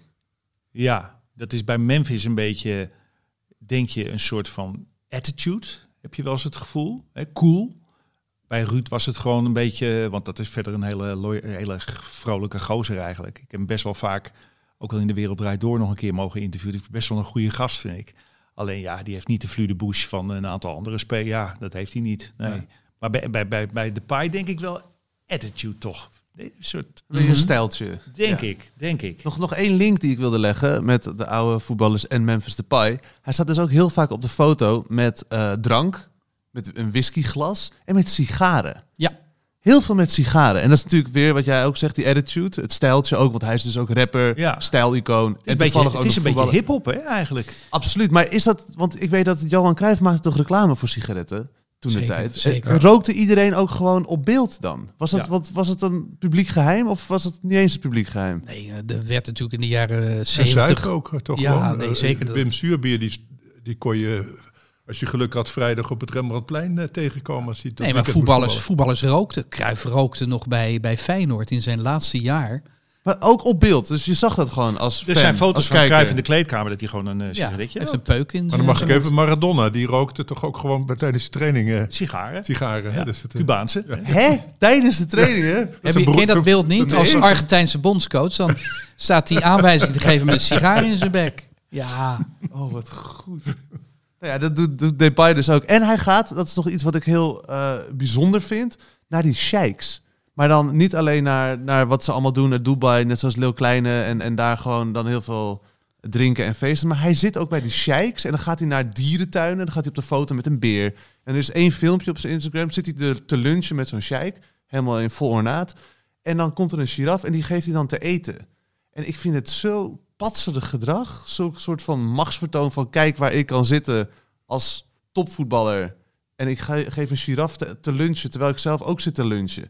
Ja, dat is bij Memphis een beetje, denk je, een soort van attitude. Heb je wel eens het gevoel? Cool. Bij Ruud was het gewoon een beetje, want dat is verder een hele vrolijke gozer eigenlijk. Ik heb hem best wel vaak, ook wel in De Wereld Draait Door, nog een keer mogen interviewen. Best wel een goede gast, vind ik. Alleen ja, die heeft niet de Flu de Bush van een aantal andere spelers. Ja, dat heeft hij niet. Nee. Ja. Maar bij Depay denk ik wel attitude toch. Een soort Een stijltje. Denk ik. Nog één link die ik wilde leggen met de oude voetballers en Memphis Depay. Hij staat dus ook heel vaak op de foto met drank, met een whiskyglas en met sigaren. Ja. Heel veel met sigaren. En dat is natuurlijk weer wat jij ook zegt, die attitude, het stijltje ook, want hij is dus ook rapper, stijlicoon. En toevallig ook het is een voetballer. beetje hip-hop, hè, eigenlijk. Absoluut. Maar is dat, want ik weet dat Johan Cruijff maakte toch reclame voor sigaretten toen de tijd. Zeker. Rookte iedereen ook gewoon op beeld dan? Was het een publiek geheim of was het niet eens een publiek geheim? Nee, er werd natuurlijk in de jaren En 70... zuiver ook toch ja, gewoon. Nee, zeker. Wim Suurbier, die kon je, als je geluk had, vrijdag op het Rembrandtplein tegenkomen. Als hij Nee, maar voetballers rookten. Cruijff rookte nog bij Feyenoord in zijn laatste jaar. Maar ook op beeld, dus je zag dat gewoon als fan. Er zijn foto's als van kijker. Cruijff in de kleedkamer dat hij gewoon een sigaretje heeft een peuk in. Maar dan mag ik even, Maradona, die rookte toch ook gewoon tijdens de training sigaren. Ja. Dus Cubaanse. Ja. Hè? Tijdens de trainingen? Ken je dat beeld niet? Als Argentijnse bondscoach, dan staat hij aanwijzing te geven met een sigaar in zijn bek. Ja. Oh, wat goed. Nou ja, dat doet Depay dus ook. En hij gaat, dat is nog iets wat ik heel bijzonder vind, naar die sheiks. Maar dan niet alleen naar wat ze allemaal doen naar Dubai, net zoals Leeuw Kleine en daar gewoon dan heel veel drinken en feesten. Maar hij zit ook bij die sheiks en dan gaat hij naar dierentuinen en dan gaat hij op de foto met een beer. En er is 1 filmpje op zijn Instagram, zit hij te lunchen met zo'n sheik, helemaal in vol ornaat. En dan komt er een giraf en die geeft hij dan te eten. En ik vind het zo patserig gedrag, zo'n soort van machtsvertoon van kijk waar ik kan zitten als topvoetballer. En ik geef een giraf te lunchen, terwijl ik zelf ook zit te lunchen.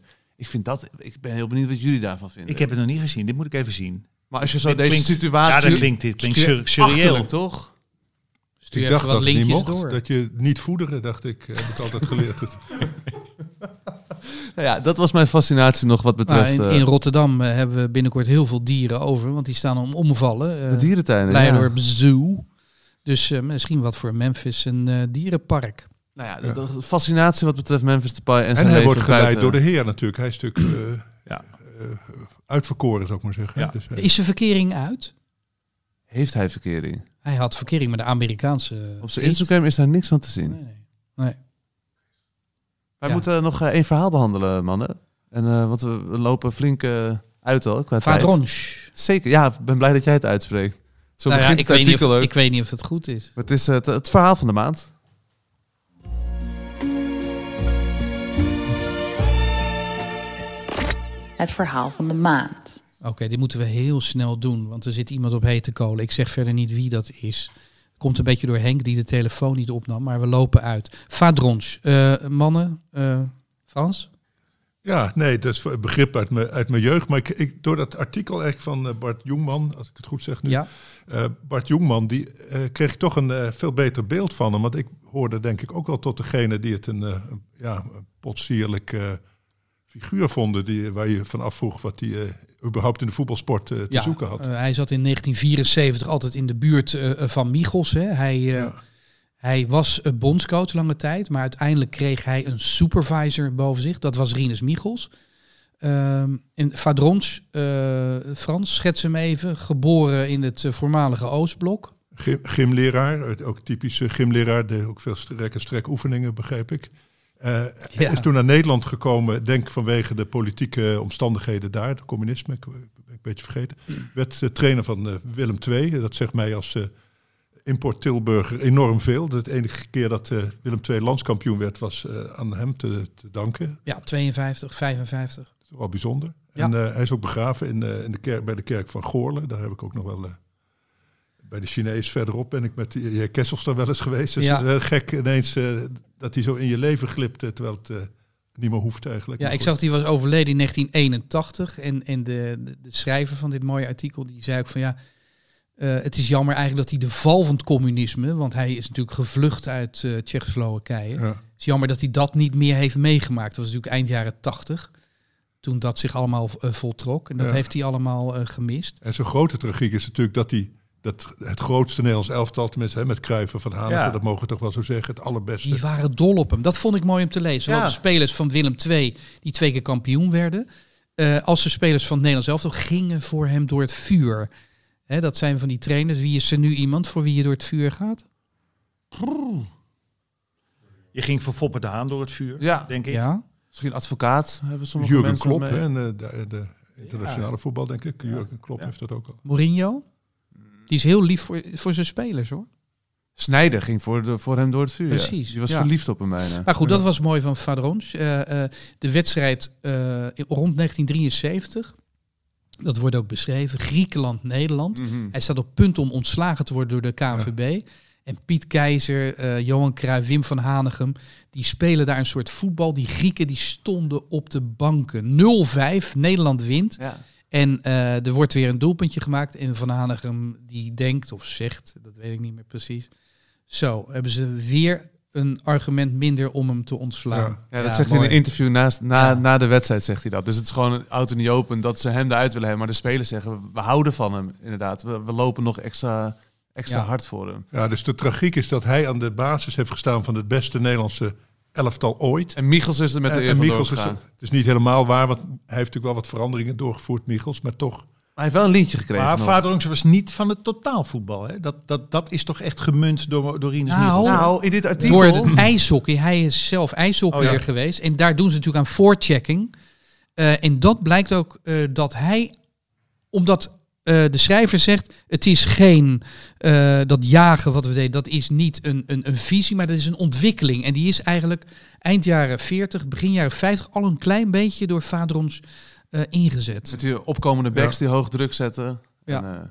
Ik ben heel benieuwd wat jullie daarvan vinden. Ik heb het nog niet gezien, dit moet ik even zien. Maar als je zo deze situatie... Ja, dat klinkt surreëel. toch? Ik dacht dat het niet mocht, dat je niet voederen, dacht ik. Heb ik altijd geleerd. Nou ja, dat was mijn fascinatie nog wat betreft... In Rotterdam hebben we binnenkort heel veel dieren over, want die staan om omvallen. De dierentuinen, Leidorp Zoo. Dus misschien wat voor Memphis een dierenpark. Nou ja, de fascinatie wat betreft Memphis Depay en zijn hij leven wordt geleid buiten. door de Heer natuurlijk. Hij is natuurlijk uitverkoren, zou ik maar zeggen. Ja. Dus, is zijn verkering uit? Heeft hij verkering? Hij had verkering met de Amerikaanse... Op zijn Instagram is daar niks van te zien. Nee. Wij moeten nog 1 verhaal behandelen, mannen. En want we lopen flink uit al. Vadronsch. Zeker, ja, ik ben blij dat jij het uitspreekt. Zo begint het artikel ook. Ik weet niet of het goed is. Het is het verhaal van de maand. Het verhaal van de maand. Oké, dit moeten we heel snel doen, want er zit iemand op hete kolen. Ik zeg verder niet wie dat is. Komt een beetje door Henk die de telefoon niet opnam, maar we lopen uit. Vadronsch. Mannen, Frans? Ja, nee, dat is een begrip uit mijn jeugd. Maar ik door dat artikel eigenlijk van Bart Jongman, als ik het goed zeg nu. Ja. Bart Jongman, die kreeg toch een veel beter beeld van hem. Want ik hoorde denk ik ook wel tot degene die het een potsierlijk figuur vonden. Waar je van afvroeg wat hij überhaupt in de voetbalsport te zoeken had. Hij zat in 1974 altijd in de buurt van Michels. Hè. Hij was een bondscoach lange tijd, maar uiteindelijk kreeg hij een supervisor boven zich. Dat was Rinus Michels. En Vadronsch, Frans, schets hem even. Geboren in het voormalige Oostblok. Gymleraar, ook typische gymleraar. Deed ook veel strekoefeningen, begreep ik. Hij is toen naar Nederland gekomen, denk vanwege de politieke omstandigheden daar. Het communisme, ik ben een beetje vergeten. Werd trainer van Willem II. Dat zegt mij als Import Tilburger enorm veel. De enige keer dat Willem II landskampioen werd, was aan hem te danken. Ja, 52, 55. Dat is wel bijzonder. Ja. En hij is ook begraven in de kerk, bij de kerk van Goorlen. Daar heb ik ook nog wel... bij de Chinees verderop ben ik met de heer Kessels daar wel eens geweest. Dus het is heel gek ineens dat hij zo in je leven glipt, terwijl het niet meer hoeft eigenlijk. Ja, ik zag die was overleden in 1981. En de schrijver van dit mooie artikel, die zei ook van ja... het is jammer eigenlijk dat hij de val van het communisme... want hij is natuurlijk gevlucht uit Tsjechoslowakije. Ja. Het is jammer dat hij dat niet meer heeft meegemaakt. Dat was natuurlijk eind jaren 80... toen dat zich allemaal voltrok. En dat heeft hij allemaal gemist. En zo'n grote tragiek is natuurlijk dat het grootste Nederlands elftal... tenminste met Cruijff en Van Hanegem, dat mogen we toch wel zo zeggen... het allerbeste. Die waren dol op hem. Dat vond ik mooi om te lezen. Zowel de spelers van Willem II, die 2 keer kampioen werden... als de spelers van het Nederlands elftal gingen voor hem door het vuur... dat zijn van die trainers. Wie is er nu iemand voor wie je door het vuur gaat? Je ging voor Foppe de Haan door het vuur, denk ik. Ja. Misschien advocaat hebben sommige Jurgen mensen Klopp, mee. en de internationale voetbal, denk ik. Jurgen Klopp heeft dat ook al. Mourinho? Die is heel lief voor zijn spelers, hoor. Sneijder ging voor hem door het vuur. Precies. Ja. Die was verliefd op hem bijna. Maar goed, dat was mooi van Vadrons. De wedstrijd rond 1973... Dat wordt ook beschreven. Griekenland-Nederland. Mm-hmm. Hij staat op punt om ontslagen te worden door de KNVB. Ja. En Piet Keizer, Johan Cruijff, Wim van Hanegem... die spelen daar een soort voetbal. Die Grieken die stonden op de banken. 0-5, Nederland wint. Ja. En er wordt weer een doelpuntje gemaakt. En Van Hanegem die denkt of zegt, dat weet ik niet meer precies... Zo, hebben ze weer... een argument minder om hem te ontslaan. Ja, dat zegt hij in een interview na de wedstrijd, zegt hij dat. Dus het is gewoon out in the open dat ze hem eruit willen hebben. Maar de spelers zeggen, we houden van hem, inderdaad. We lopen nog extra hard voor hem. Ja, dus de tragiek is dat hij aan de basis heeft gestaan van het beste Nederlandse elftal ooit. En Michels is er met de eer van doorgegaan. Het is niet helemaal waar, want hij heeft natuurlijk wel wat veranderingen doorgevoerd, Michels, maar toch... Hij heeft wel een lintje gekregen. Maar Vadrons was niet van het totaalvoetbal. Hè? Dat is toch echt gemunt door Rinus Michels? Nou, in dit artikel... Door het ijshockey. Hij is zelf ijshockeyer geweest. En daar doen ze natuurlijk aan voorchecking. En dat blijkt ook dat hij... Omdat de schrijver zegt... Het is geen... dat jagen wat we deden, dat is niet een visie, maar dat is een ontwikkeling. En die is eigenlijk eind jaren 40, begin jaren 50... al een klein beetje door Vadrons... ingezet. Met die opkomende backs die hoog druk zetten. Ja,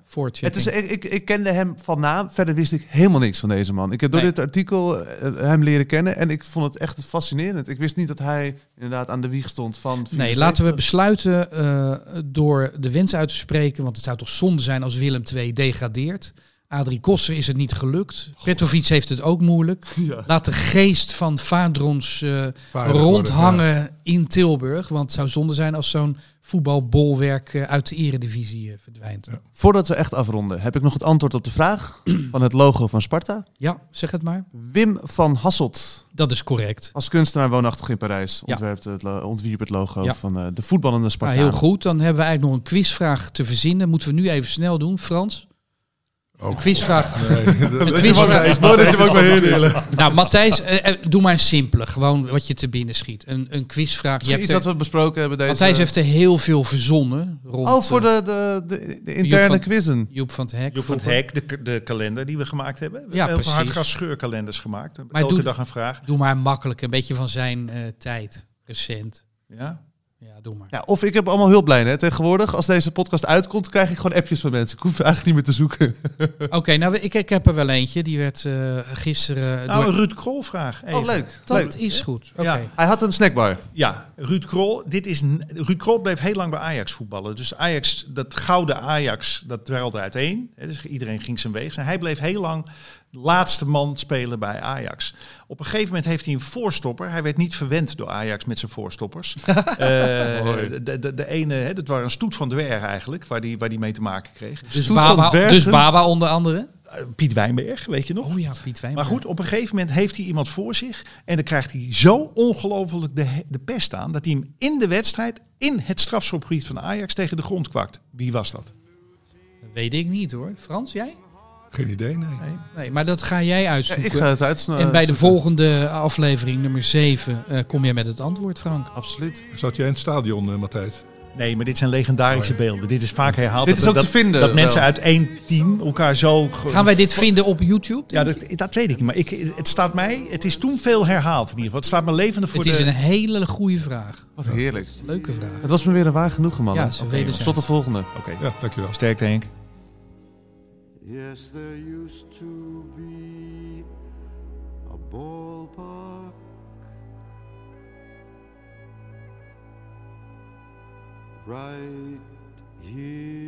ik kende hem van naam. Verder wist ik helemaal niks van deze man. Ik heb door dit artikel hem leren kennen. En ik vond het echt fascinerend. Ik wist niet dat hij inderdaad aan de wieg stond van... 74. Nee, laten we besluiten door de wens uit te spreken. Want het zou toch zonde zijn als Willem II degradeert. Adrie Kosser is het niet gelukt. Petrovic heeft het ook moeilijk. Ja. Laat de geest van Vadrons rondhangen in Tilburg. Want het zou zonde zijn als zo'n voetbalbolwerk uit de eredivisie verdwijnt. Ja. Voordat we echt afronden, heb ik nog het antwoord op de vraag van het logo van Sparta. Ja, zeg het maar. Wim van Hasselt. Dat is correct. Als kunstenaar woonachtig in Parijs ontwierp het logo van de voetballende Sparta. Heel goed, dan hebben we eigenlijk nog een quizvraag te verzinnen. Moeten we nu even snel doen, Frans? Een quizvraag. Nou, Matthijs, doe maar een simpele. Gewoon wat je te binnen schiet. Een quizvraag. Je iets wat we besproken hebben deze... Matthijs heeft er heel veel verzonnen. Rond, voor de interne quizzen. Joep van het Hek. Joep van het Hek, de kalender die we gemaakt hebben. We hebben heel hardgas scheurkalenders gemaakt. Maar elke dag een vraag. Doe maar makkelijk. Een beetje van zijn tijd. Recent. Ja. Ja, doe maar. Ja, of ik heb allemaal hulplijn. Hè. Tegenwoordig, als deze podcast uitkomt, krijg ik gewoon appjes van mensen. Ik hoef eigenlijk niet meer te zoeken. Oké, nou, ik heb er wel eentje. Die werd gisteren... Nou, een Ruud Krol vraag. Even. Oh, leuk. Dat is goed. Okay. Ja. Hij had een snackbar. Ja, Ruud Krol. Ruud Krol bleef heel lang bij Ajax voetballen. Dus Ajax, dat gouden Ajax, dat dwelde uiteen. Dus iedereen ging zijn weeg. En hij bleef heel lang laatste man spelen bij Ajax. Op een gegeven moment heeft hij een voorstopper. Hij werd niet verwend door Ajax met zijn voorstoppers. De ene, dat was een Stoet van Dwerg eigenlijk, waar die mee te maken kreeg. Dus Baba onder andere? Piet Wijnberg, weet je nog? Oh ja, Piet Wijnberg. Maar goed, op een gegeven moment heeft hij iemand voor zich en dan krijgt hij zo ongelooflijk de pest aan dat hij hem in de wedstrijd, in het strafschopgebied van Ajax, tegen de grond kwakt. Wie was dat? Dat weet ik niet hoor. Frans, jij? Geen idee, nee. Maar dat ga jij uitzoeken. Ja, ik ga het uitsnijden. En bij de volgende aflevering, nummer 7, kom jij met het antwoord, Frank. Absoluut. Zat jij in het stadion, Matthijs? Nee, maar dit zijn legendarische beelden. Dit is vaak herhaald. Dit is ook te vinden. Dat mensen wel. uit één team elkaar zo... Gaan wij dit vinden op YouTube? Ja, dat weet ik niet. Maar het is toen veel herhaald in ieder geval. Het staat me levendig voor Het is een hele goede vraag. Wat heerlijk. Leuke vraag. Het was me weer een waar genoegen, man. Ja, ze weten Tot de volgende. Oké. Ja, dankjewel. Sterkte, Henk. Yes, there used to be a ballpark right here